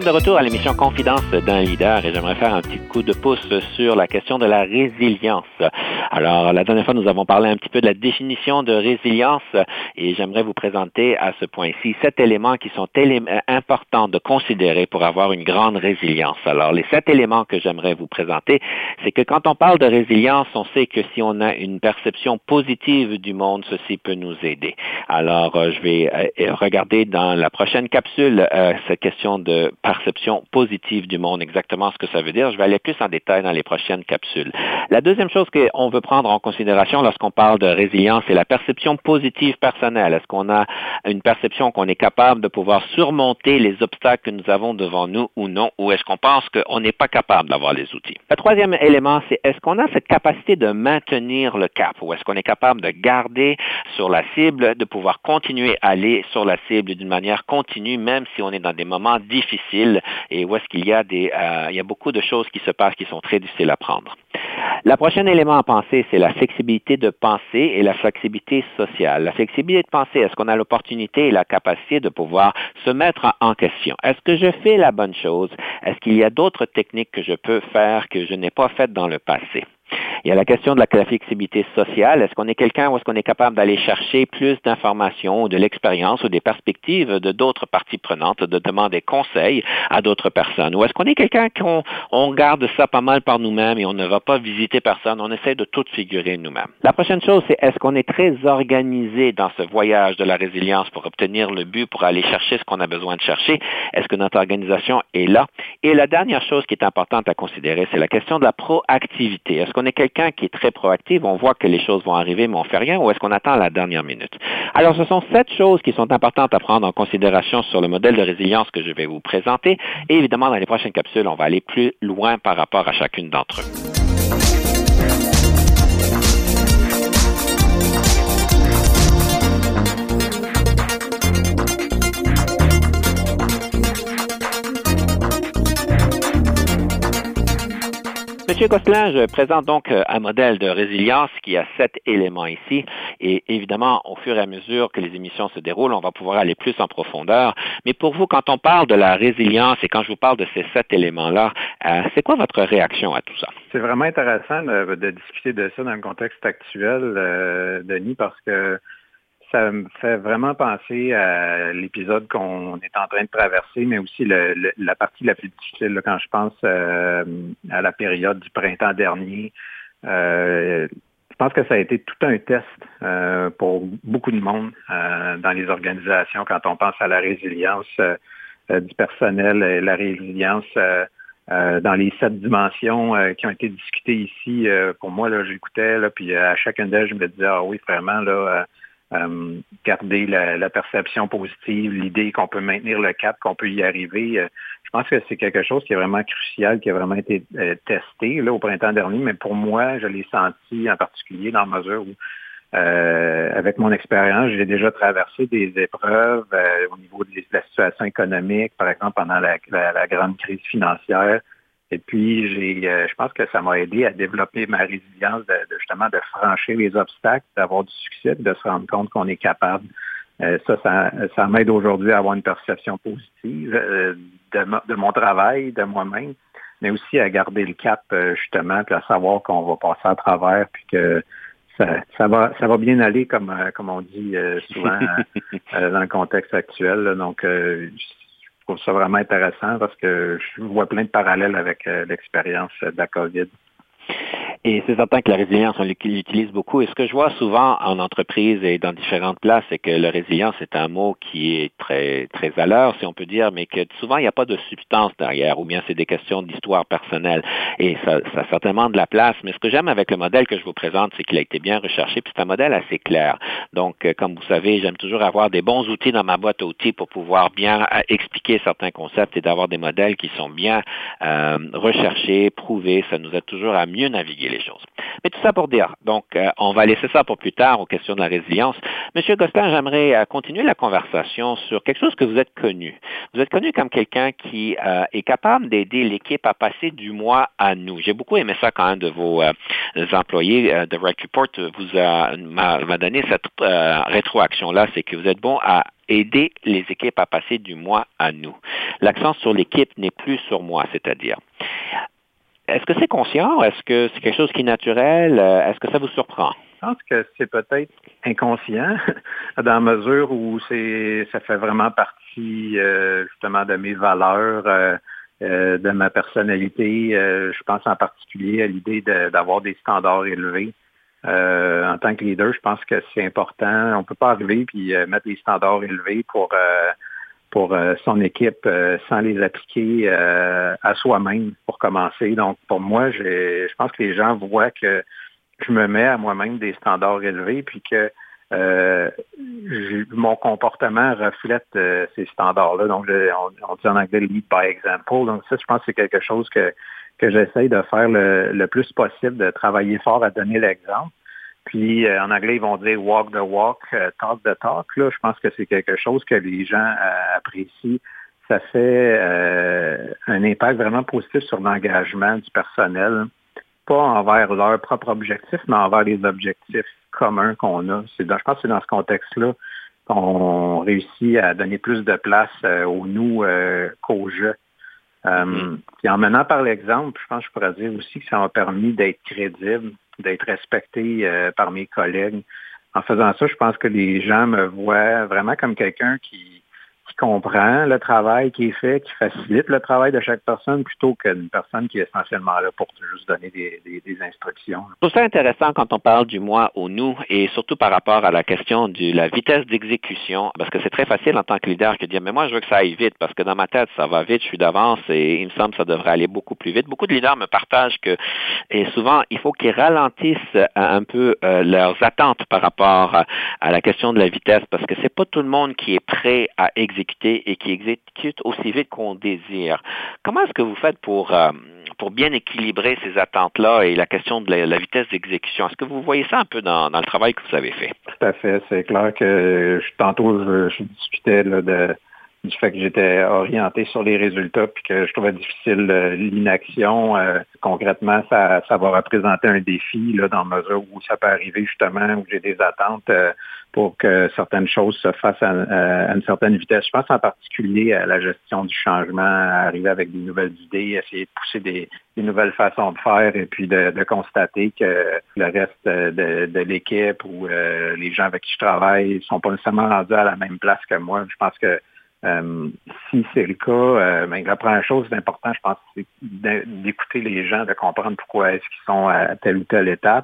sommes de retour à l'émission Confidence d'un leader et j'aimerais faire un petit coup de pouce sur la question de la résilience. Alors, la dernière fois, nous avons parlé un petit peu de la définition de résilience et j'aimerais vous présenter à ce point-ci sept éléments qui sont élé- importants de considérer pour avoir une grande résilience. Alors, les sept éléments que j'aimerais vous présenter, c'est que quand on parle de résilience, on sait que si on a une perception positive du monde, ceci peut nous aider. Alors, euh, je vais euh, regarder dans la prochaine capsule euh, cette question de perception positive du monde, exactement ce que ça veut dire. Je vais aller plus en détail dans les prochaines capsules. La deuxième chose qu'on veut prendre en considération lorsqu'on parle de résilience, c'est la perception positive personnelle. Est-ce qu'on a une perception qu'on est capable de pouvoir surmonter les obstacles que nous avons devant nous ou non, ou est-ce qu'on pense qu'on n'est pas capable d'avoir les outils? Le troisième élément, c'est est-ce qu'on a cette capacité de maintenir le cap, ou est-ce qu'on est capable de garder sur la cible, de pouvoir continuer à aller sur la cible d'une manière continue, même si on est dans des moments difficiles et où est-ce qu'il y a des, euh, il y a beaucoup de choses qui se passent qui sont très difficiles à prendre. Le prochain élément à penser, c'est la flexibilité de pensée et la flexibilité sociale. La flexibilité de pensée, est-ce qu'on a l'opportunité et la capacité de pouvoir se mettre en question? Est-ce que je fais la bonne chose? Est-ce qu'il y a d'autres techniques que je peux faire que je n'ai pas faites dans le passé? Il y a la question de la flexibilité sociale. Est-ce qu'on est quelqu'un où est-ce qu'on est capable d'aller chercher plus d'informations ou de l'expérience ou des perspectives de d'autres parties prenantes, de demander conseil à d'autres personnes? Ou est-ce qu'on est quelqu'un qu'on on garde ça pas mal par nous-mêmes et on ne va pas visiter personne, on essaie de tout figurer nous-mêmes? La prochaine chose, c'est est-ce qu'on est très organisé dans ce voyage de la résilience pour obtenir le but, pour aller chercher ce qu'on a besoin de chercher? Est-ce que notre organisation est là? Et la dernière chose qui est importante à considérer, c'est la question de la proactivité. Est-ce qu'on est quelqu'un qui est très proactif, on voit que les choses vont arriver, mais on ne fait rien, ou est-ce qu'on attend la dernière minute? Alors, ce sont sept choses qui sont importantes à prendre en considération sur le modèle de résilience que je vais vous présenter. Et évidemment, dans les prochaines capsules, on va aller plus loin par rapport à chacune d'entre eux. Monsieur Gosselin, je présente donc un modèle de résilience qui a sept éléments ici et évidemment, au fur et à mesure que les émissions se déroulent, on va pouvoir aller plus en profondeur. Mais pour vous, quand on parle de la résilience et quand je vous parle de ces sept éléments-là, euh, c'est quoi votre réaction à tout ça? C'est vraiment intéressant de, de discuter de ça dans le contexte actuel, euh, Denis, parce que ça me fait vraiment penser à l'épisode qu'on est en train de traverser, mais aussi le, le, la partie la plus difficile, là, quand je pense euh, à la période du printemps dernier. Euh, je pense que ça a été tout un test euh, pour beaucoup de monde euh, dans les organisations quand on pense à la résilience euh, du personnel, la résilience euh, euh, dans les sept dimensions euh, qui ont été discutées ici. Euh, pour moi, là, j'écoutais, là, puis à chacune d'elles, je me disais, ah oui, vraiment, là, euh, Euh, garder la, la perception positive, l'idée qu'on peut maintenir le cap, qu'on peut y arriver. Euh, je pense que c'est quelque chose qui est vraiment crucial, qui a vraiment été euh, testé là, au printemps dernier, mais pour moi, je l'ai senti en particulier dans la mesure où, euh, avec mon expérience, j'ai déjà traversé des épreuves euh, au niveau de la situation économique, par exemple pendant la, la, la grande crise financière. Et puis, j'ai, euh, je pense que ça m'a aidé à développer ma résilience, de, de justement de franchir les obstacles, d'avoir du succès, de se rendre compte qu'on est capable. Euh, ça, ça, ça m'aide aujourd'hui à avoir une perception positive euh, de, de mon travail, de moi-même, mais aussi à garder le cap, euh, justement, puis à savoir qu'on va passer à travers, puis que ça, ça va, ça va bien aller, comme, euh, comme on dit euh, souvent euh, dans le contexte actuel. Là. Donc, euh, je trouve ça vraiment intéressant parce que je vois plein de parallèles avec euh, l'expérience de la COVID. Et c'est certain que la résilience, on l'utilise beaucoup. Et ce que je vois souvent en entreprise et dans différentes places, c'est que la résilience est un mot qui est très très à l'heure, si on peut dire, mais que souvent, il n'y a pas de substance derrière, ou bien c'est des questions d'histoire personnelle. Et ça, ça a certainement de la place. Mais ce que j'aime avec le modèle que je vous présente, c'est qu'il a été bien recherché, puis c'est un modèle assez clair. Donc, comme vous savez, j'aime toujours avoir des bons outils dans ma boîte à outils pour pouvoir bien expliquer certains concepts et d'avoir des modèles qui sont bien euh, recherchés, prouvés. Ça nous aide toujours à mieux naviguer les choses. Mais tout ça pour dire, donc, euh, on va laisser ça pour plus tard aux questions de la résilience. Monsieur Gosselin, j'aimerais euh, continuer la conversation sur quelque chose que vous êtes connu. Vous êtes connu comme quelqu'un qui euh, est capable d'aider l'équipe à passer du moi à nous. J'ai beaucoup aimé ça quand un de vos euh, employés euh, de Direct Report vous a, m'a, m'a donné cette euh, rétroaction-là, c'est que vous êtes bon à aider les équipes à passer du moi à nous. L'accent sur l'équipe n'est plus sur moi, c'est-à-dire. Est-ce que c'est conscient? Est-ce que c'est quelque chose qui est naturel? Est-ce que ça vous surprend? Je pense que c'est peut-être inconscient, dans la mesure où c'est ça fait vraiment partie euh, justement de mes valeurs, euh, euh, de ma personnalité. Euh, je pense en particulier à l'idée de, d'avoir des standards élevés. Euh, en tant que leader, je pense que c'est important. On ne peut pas arriver puis euh, mettre des standards élevés pour euh, pour euh, son équipe euh, sans les appliquer euh, à soi-même pour commencer. Donc, pour moi, j'ai, je pense que les gens voient que je me mets à moi-même des standards élevés, puis que euh, mon comportement reflète euh, ces standards-là. Donc, je, on, on dit en anglais « lead by example ». Donc, ça, je pense que c'est quelque chose que, que j'essaye de faire le, le plus possible, de travailler fort à donner l'exemple. Puis, euh, en anglais, ils vont dire « walk the walk, uh, talk the talk ». Là, je pense que c'est quelque chose que les gens euh, apprécient. Ça fait euh, un impact vraiment positif sur l'engagement du personnel, pas envers leur propre objectif, mais envers les objectifs communs qu'on a. C'est dans, je pense que c'est dans ce contexte-là qu'on réussit à donner plus de place euh, au nous euh, qu'au je. Euh, mm-hmm. Puis en menant par l'exemple, je pense que je pourrais dire aussi que ça m'a permis d'être crédible, d'être respecté euh, par mes collègues. En faisant ça, je pense que les gens me voient vraiment comme quelqu'un qui, qui comprend le travail qui est fait, qui facilite le travail de chaque personne, plutôt qu'une personne qui est essentiellement là pour juste donner des, des, des instructions. Je trouve ça intéressant quand on parle du moi au nous, et surtout par rapport à la question de la vitesse d'exécution, parce que c'est très facile en tant que leader que de dire « mais moi, je veux que ça aille vite, parce que dans ma tête, ça va vite, je suis d'avance, et il me semble que ça devrait aller beaucoup plus vite ». Beaucoup de leaders me partagent que, et souvent, il faut qu'ils ralentissent un peu euh, leurs attentes par rapport à, à la question de la vitesse, parce que c'est pas tout le monde qui est prêt à exécuter et qui exécute aussi vite qu'on désire. Comment est-ce que vous faites pour, euh, pour bien équilibrer ces attentes-là et la question de la, la vitesse d'exécution? Est-ce que vous voyez ça un peu dans, dans le travail que vous avez fait? Tout à fait. C'est clair que je, tantôt, je, je discutais là, de, du fait que j'étais orienté sur les résultats puis que je trouvais difficile euh, l'inaction. Euh, concrètement, ça, ça va représenter un défi là, dans la mesure où ça peut arriver justement, où j'ai des attentes euh, pour que certaines choses se fassent à, à une certaine vitesse. Je pense en particulier à la gestion du changement, à arriver avec des nouvelles idées, essayer de pousser des, des nouvelles façons de faire et puis de, de constater que le reste de, de l'équipe ou euh, les gens avec qui je travaille ne sont pas nécessairement rendus à la même place que moi. Je pense que Euh, si c'est le cas, euh, ben, la première chose importante, je pense, c'est d'écouter les gens, de comprendre pourquoi est-ce qu'ils sont à telle ou telle étape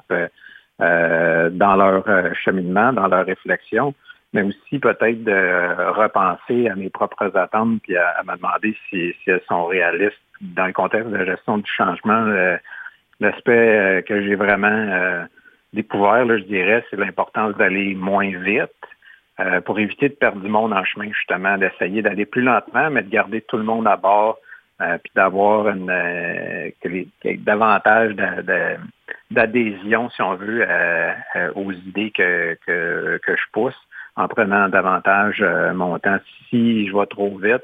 euh, dans leur euh, cheminement, dans leur réflexion, mais aussi peut-être de repenser à mes propres attentes puis à, à me demander si, si elles sont réalistes dans le contexte de la gestion du changement. Euh, l'aspect euh, que j'ai vraiment euh, découvert, là, je dirais, c'est l'importance d'aller moins vite. Euh, pour éviter de perdre du monde en chemin, justement, d'essayer d'aller plus lentement, mais de garder tout le monde à bord, euh, puis d'avoir une euh, que les, que davantage de, de, d'adhésion, si on veut, euh, euh, aux idées que, que, que je pousse, en prenant davantage euh, mon temps. Si je vais trop vite,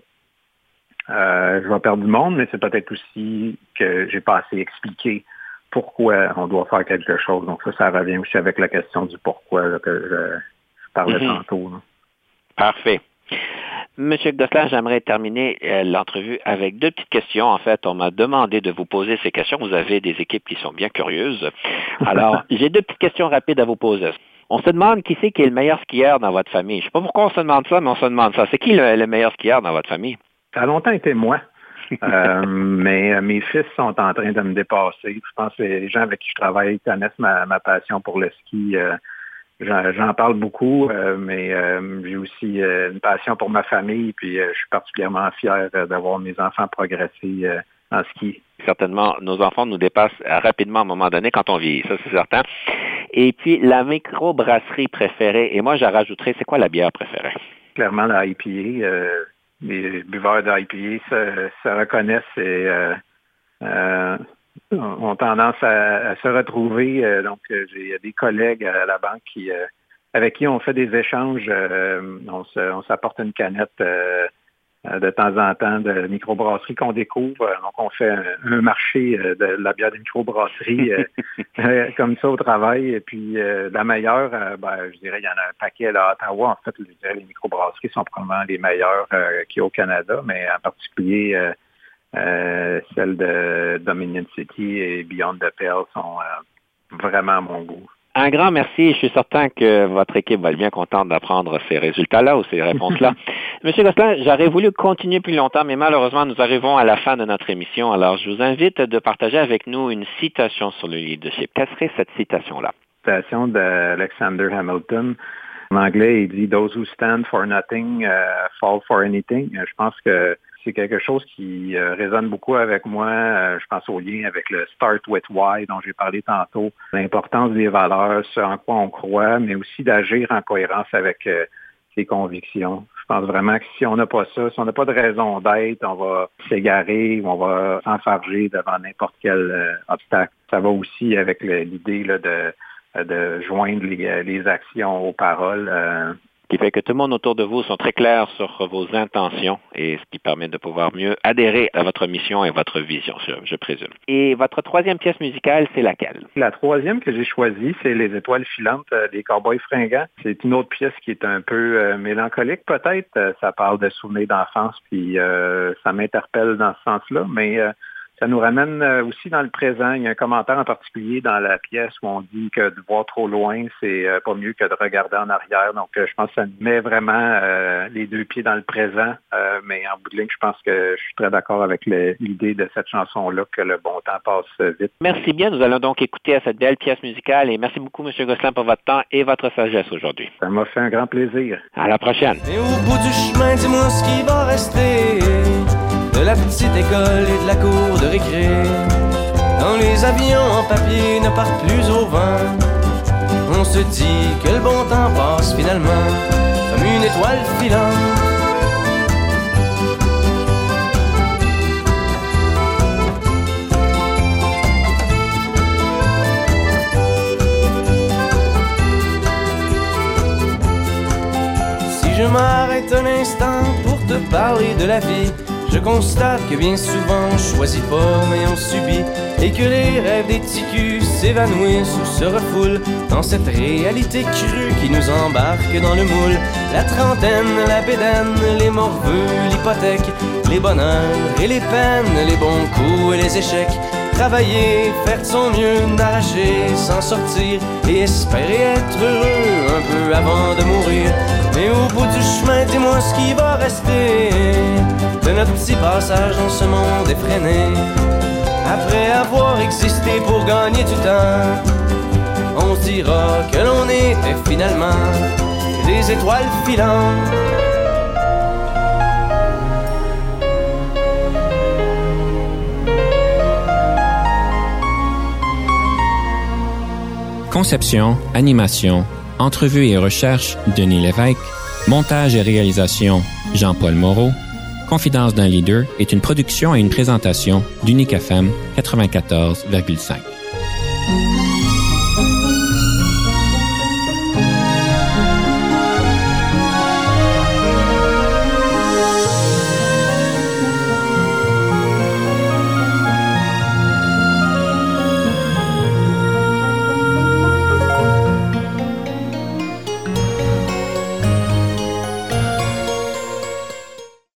euh, je vais perdre du monde, mais c'est peut-être aussi que j'ai pas assez expliqué pourquoi on doit faire quelque chose. Donc ça, ça revient aussi avec la question du pourquoi là, que je parlais mm-hmm. tantôt. Là. Parfait. Monsieur Gosselin, j'aimerais terminer euh, l'entrevue avec deux petites questions. En fait, on m'a demandé de vous poser ces questions. Vous avez des équipes qui sont bien curieuses. Alors, j'ai deux petites questions rapides à vous poser. On se demande qui c'est qui est le meilleur skieur dans votre famille. Je ne sais pas pourquoi on se demande ça, mais on se demande ça. C'est qui le, le meilleur skieur dans votre famille? Ça a longtemps été moi. euh, mais euh, mes fils sont en train de me dépasser. Je pense que les gens avec qui je travaille connaissent ma, ma passion pour le ski. Euh, J'en, j'en parle beaucoup, euh, mais euh, j'ai aussi euh, une passion pour ma famille, puis euh, je suis particulièrement fier euh, d'avoir mes enfants progresser euh, en ski. Certainement, nos enfants nous dépassent rapidement à un moment donné quand on vieillit, ça c'est certain. Et puis, la microbrasserie préférée, et moi, j'en rajouterais, c'est quoi la bière préférée? Clairement, la I P A. Euh, les buveurs de I P A se, se reconnaissent et euh, euh, ont tendance à, à se retrouver. Euh, donc, euh, j'ai des collègues à la banque qui, euh, avec qui on fait des échanges. Euh, on, se, on s'apporte une canette euh, de temps en temps de microbrasserie qu'on découvre. Donc, on fait un, un marché de la bière de microbrasserie comme ça au travail. Et puis, euh, la meilleure, euh, ben, je dirais, il y en a un paquet là, à Ottawa. En fait, je dirais, les microbrasseries sont probablement les meilleures euh, qu'il y a au Canada, mais en particulier, euh, euh, celles de Dominion City et Beyond the Pale sont euh, vraiment à mon goût. Un grand merci. Je suis certain que votre équipe va être bien contente d'apprendre ces résultats-là ou ces réponses-là. Monsieur Gosselin, j'aurais voulu continuer plus longtemps, mais malheureusement, nous arrivons à la fin de notre émission. Alors, je vous invite de partager avec nous une citation sur le leadership. Quelle serait cette citation-là? Citation d'Alexander Hamilton. En anglais, il dit « Those who stand for nothing uh, fall for anything ». Je pense que c'est quelque chose qui euh, résonne beaucoup avec moi. Euh, je pense au lien avec le Start with Why dont j'ai parlé tantôt. L'importance des valeurs, ce en quoi on croit, mais aussi d'agir en cohérence avec euh, ses convictions. Je pense vraiment que si on n'a pas ça, si on n'a pas de raison d'être, on va s'égarer ou on va s'enfarger devant n'importe quel euh, obstacle. Ça va aussi avec le, l'idée là, de, de joindre les, les actions aux paroles. Euh, qui fait que tout le monde autour de vous sont très clairs sur vos intentions et ce qui permet de pouvoir mieux adhérer à votre mission et votre vision, je, je présume. Et votre troisième pièce musicale, c'est laquelle? La troisième que j'ai choisie, c'est Les Étoiles filantes euh, des Cowboys fringants. C'est une autre pièce qui est un peu euh, mélancolique peut-être. Euh, ça parle de souvenirs d'enfance, puis euh, ça m'interpelle dans ce sens-là, mais euh, ça nous ramène aussi dans le présent. Il y a un commentaire en particulier dans la pièce où on dit que de voir trop loin, c'est pas mieux que de regarder en arrière. Donc, je pense que ça met vraiment euh, les deux pieds dans le présent. Euh, mais en bout de ligne, je pense que je suis très d'accord avec le, l'idée de cette chanson-là, que le bon temps passe vite. Merci bien. Nous allons donc écouter à cette belle pièce musicale. Et merci beaucoup, M. Gosselin, pour votre temps et votre sagesse aujourd'hui. Ça m'a fait un grand plaisir. À la prochaine. Et au bout du chemin, dis-moi ce qui va rester de la petite école et de la cour de récré. Quand les avions en papier ne partent plus au vent, on se dit que le bon temps passe finalement comme une étoile filante. Si je m'arrête un instant pour te parler de la vie, je constate que bien souvent on choisit pas mais on subit, et que les rêves des ticus s'évanouissent ou se refoulent dans cette réalité crue qui nous embarque dans le moule. La trentaine, la bédaine, les morveux, l'hypothèque, les bonheurs et les peines, les bons coups et les échecs. Travailler, faire de son mieux, n'arracher, s'en sortir et espérer être heureux un peu avant de mourir. Mais au bout du chemin, dis-moi ce qui va rester de notre petit passage dans ce monde effréné. Après avoir existé pour gagner du temps, on se dira que l'on était finalement des étoiles filantes. Conception, animation, entrevue et recherche, Denis Lévesque. Montage et réalisation, Jean-Paul Moreau. Confidence d'un leader est une production et une présentation d'Unique F M quatre-vingt-quatorze virgule cinq.